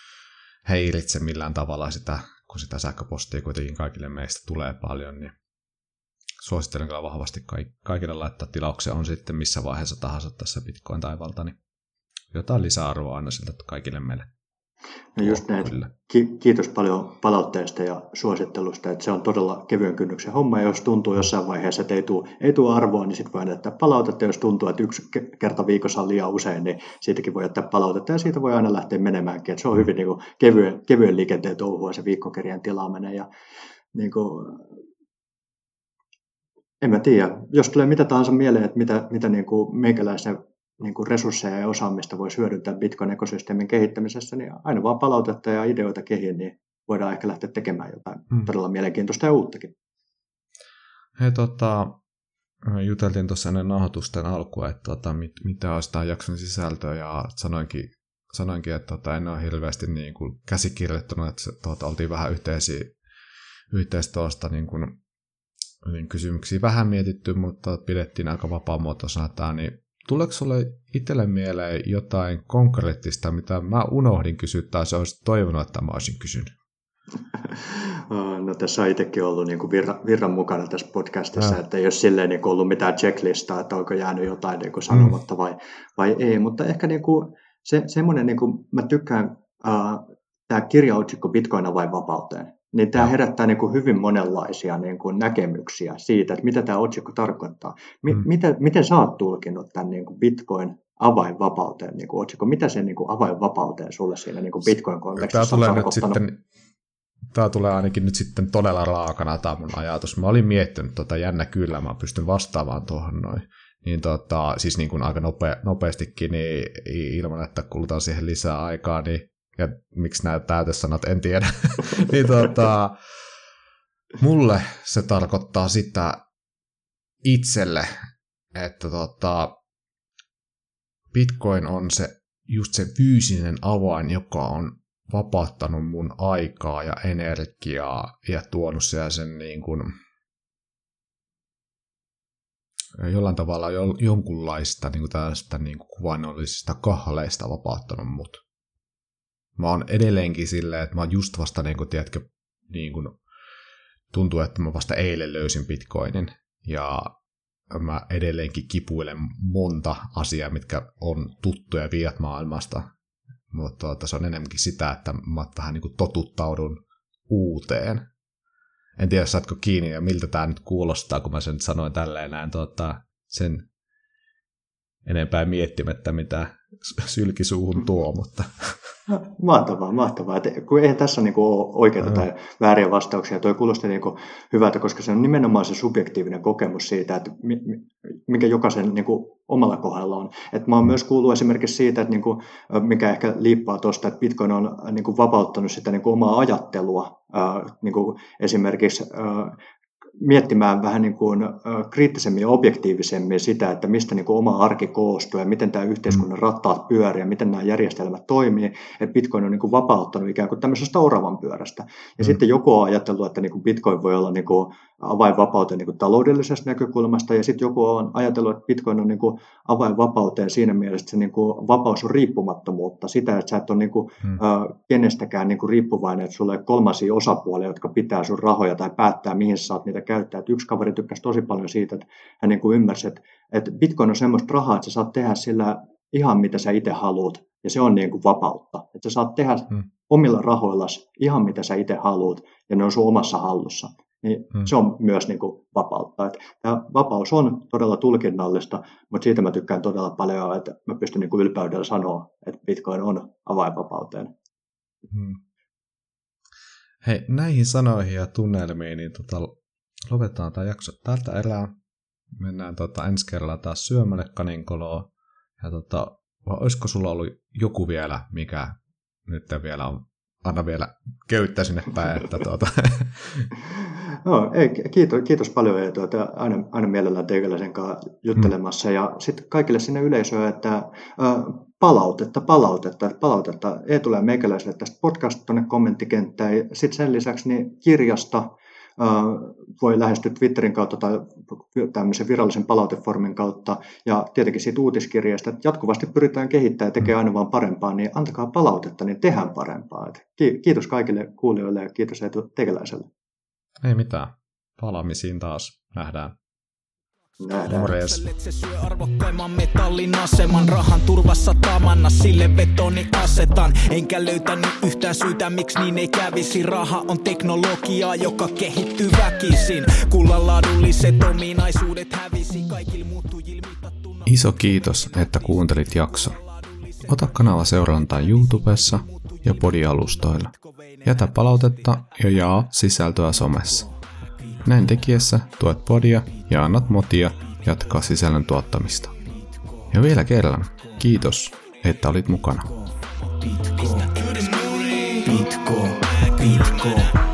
häiritse millään tavalla sitä, kun sitä sähköpostia kuitenkin kaikille meistä tulee paljon, niin suosittelen kyllä vahvasti kaikille laittaa tilauksia, on sitten missä vaiheessa tahansa tässä Bitcoin-taivalta, niin jotain lisäarvoa aina sieltä kaikille meille. No just näin. Ki- kiitos paljon palautteesta ja suosittelusta, että se on todella kevyen kynnyksen homma, ja jos tuntuu jossain vaiheessa, että ei tule, ei tule arvoa, niin sitten voi jättää palautetta, jos tuntuu, että yksi kerta viikossa on liian usein, niin siitäkin voi jättää palautetta, ja siitä voi aina lähteä menemäänkin, että se on hyvin niin kuin kevyen, kevyen liikenteen touhua se viikkokirjan tilaaminen, ja niin kuin, en mä tiedä, jos tulee mitä tahansa mieleen, että mitä, mitä niin kuin meikäläisen niin kuin resursseja ja osaamista voisi hyödyntää Bitcoin-ekosysteemin kehittämisessä, niin aina vaan palautetta ja ideoita kehiin, niin voidaan ehkä lähteä tekemään jotain hmm. todella mielenkiintoista ja uuttakin. Hei, tota, juteltiin tuossa ennen nauhoitusten alkua, että tota, mit, mitä olisi tämä jakson sisältö, ja sanoinkin, sanoinkin että tota, en ole hirveästi niin kuin käsikirjoittanut, että tota, oltiin vähän yhteisiä, yhteistä tuosta niin kuin, niin kysymyksiä vähän mietitty, mutta pidettiin aika vapaamuotoisena tämä, niin tuleeko sinulle itselle mieleen jotain konkreettista, mitä mä unohdin kysyä, tai se olisi toivonut, että mä olisin kysynyt? No tässä on itsekin ollut niin kuin virran, virran mukana tässä podcastissa, ja. Että ei ole silleen niin kuin ollut mitään checklistaa, että onko jäänyt jotain niin kuin sanomatta mm. vai, vai ei, mutta ehkä niin kuin se, semmoinen, niin kuin mä tykkään, äh, tämä kirjaotsikko Bitcoin vai vapauteen, niin tämä herättää niin kuin hyvin monenlaisia niin kuin näkemyksiä siitä, että mitä tämä otsikko tarkoittaa. Mi- mm. miten, miten sä oot tulkinnut tämän niin kuin Bitcoin avainvapauteen niin kuin otsikko? Mitä se niin kuin avainvapauteen sulle siinä niin kuin Bitcoin-kontekstissa on tarkoittanut? Sitten, tämä tulee ainakin nyt sitten todella raakana, tämä mun ajatus. Mä olin miettinyt, tota, jännä kyllä, mä pystyn vastaamaan tuohon noin. Niin tota, siis niin kuin aika nopea, nopeastikin, niin ilman, että kulutaan siihen lisää aikaa, niin ja miksi nämä täytesanat, en tiedä. niin tota, mulle se tarkoittaa sitä itselle, että tota, Bitcoin on se just se fyysinen avain, joka on vapauttanut mun aikaa ja energiaa ja tuonut sen niin kuin jollain tavalla jonkunlaista niin kuin tällaista niin kuin kuvainnollisista kahleista vapauttanut mut. Mä oon edelleenkin silleen, että mä oon just vasta, niin kuin, tiedätkö, niin kuin, tuntuu, että mä vasta eilen löysin Bitcoinin, ja mä edelleenkin kipuilen monta asiaa, mitkä on tuttuja fiat-maailmasta, mutta tuota, se on enemmänkin sitä, että mä vähän niin kuin totuttaudun uuteen. En tiedä, saatko kiinni ja miltä tää nyt kuulostaa, kun mä sen sanoin tälleen näin tuota, sen enempää miettimättä, mitä sylkisuuhun tuo, mutta... Mahtavaa, mahtavaa. Et kun eihän tässä niinku ole oikeita tai vääriä vastauksia. Tuo kuulosti niinku hyvältä, koska se on nimenomaan se subjektiivinen kokemus siitä, että mikä jokaisen niinku omalla kohdalla on. Et mä oon myös kuullut esimerkiksi siitä, että niinku, mikä ehkä liippaa tuosta, että Bitcoin on niinku vapauttanut sitä niinku omaa ajattelua. Äh, niinku esimerkiksi äh, miettimään vähän niin kuin kriittisemmin ja objektiivisemmin sitä, että mistä niin kuin oma arki koostuu ja miten tämä yhteiskunnan rattaat pyörii ja miten nämä järjestelmät toimii. Että Bitcoin on niin kuin vapauttanut ikään kuin tämmöisestä oravan pyörästä. Ja mm. sitten joku on ajatellut, että niin kuin Bitcoin voi olla niin kuin avainvapauteen niin kuin taloudellisesta näkökulmasta, ja sitten joku on ajatellut, että Bitcoin on niin kuin avainvapauteen siinä mielessä, että se niin kuin vapaus on riippumattomuutta, sitä, että sä et ole niin kuin, hmm. ä, kenestäkään niin kuin riippuvainen, että sulla ei kolmansia osapuolia, jotka pitää sun rahoja tai päättää, mihin sä saat niitä käyttää. Et yksi kaveri tykkäsi tosi paljon siitä, että hän niin kuin ymmärsi, että, että Bitcoin on semmoista rahaa, että sä saat tehdä sillä ihan mitä sä itse haluat, ja se on niin kuin vapautta. Että sä saat tehdä hmm. omilla rahoillasi ihan mitä sä itse haluat, ja ne on sun omassa hallussa. Niin hmm. se on myös niin kuin vapautta. Että tämä vapaus on todella tulkinnallista, mutta siitä mä tykkään todella paljon, että mä pystyn niin kuin ylpeydellä sanoa, että Bitcoin on avainvapauteen. Hmm. Hei, näihin sanoihin ja tunnelmiin, niin tota, lopetetaan tämä jakso tältä erää. Mennään tota, ensi kerralla taas syömälle kaninkoloa. Ja tota, olisiko sulla ollut joku vielä, mikä nyt vielä on? Anna vielä köyttä sinne päin. Että tuota. No, ei, kiitos, kiitos paljon Eetu, että aina, aina mielellään teikäläisen kanssa juttelemassa. Mm. Ja sitten kaikille sinne yleisöön, että äh, palautetta, palautetta, palautetta Eetulle ja meikäläiselle tästä podcast tuonne kommenttikenttään. Sitten sen lisäksi niin kirjasta äh, voi lähestyä Twitterin kautta tai tämmöisen virallisen palauteformin kautta. Ja tietenkin siitä uutiskirjasta, että jatkuvasti pyritään kehittämään ja tekemään aina vaan parempaa, niin antakaa palautetta, niin tehdään parempaa. Et kiitos kaikille kuulijoille ja kiitos Eetu teikäläiselle. Ei mitään. Palaamisiin taas. Nähdään. Nähdään. Morjes. Se syö arvokkaimman metallin aseman. Rahan turvassa tamanna sille betoni asetan. Enkä löytänyt yhtään syytä, miksi niin ei kävisi. Raha on teknologiaa, joka kehittyy väkisin. Kullan laadulliset ominaisuudet hävisi. Kaikille muuttujille mitattuna. Iso kiitos, että kuuntelit jakson. Ota kanava seurantaan YouTubessa ja podialustoilla. Jätä palautetta ja jaa sisältöä somessa. Näin tekiessä tuet podia ja annat motia jatkaa sisällön tuottamista. Ja vielä kerran, kiitos, että olit mukana. Bitcoin, Bitcoin, Bitcoin.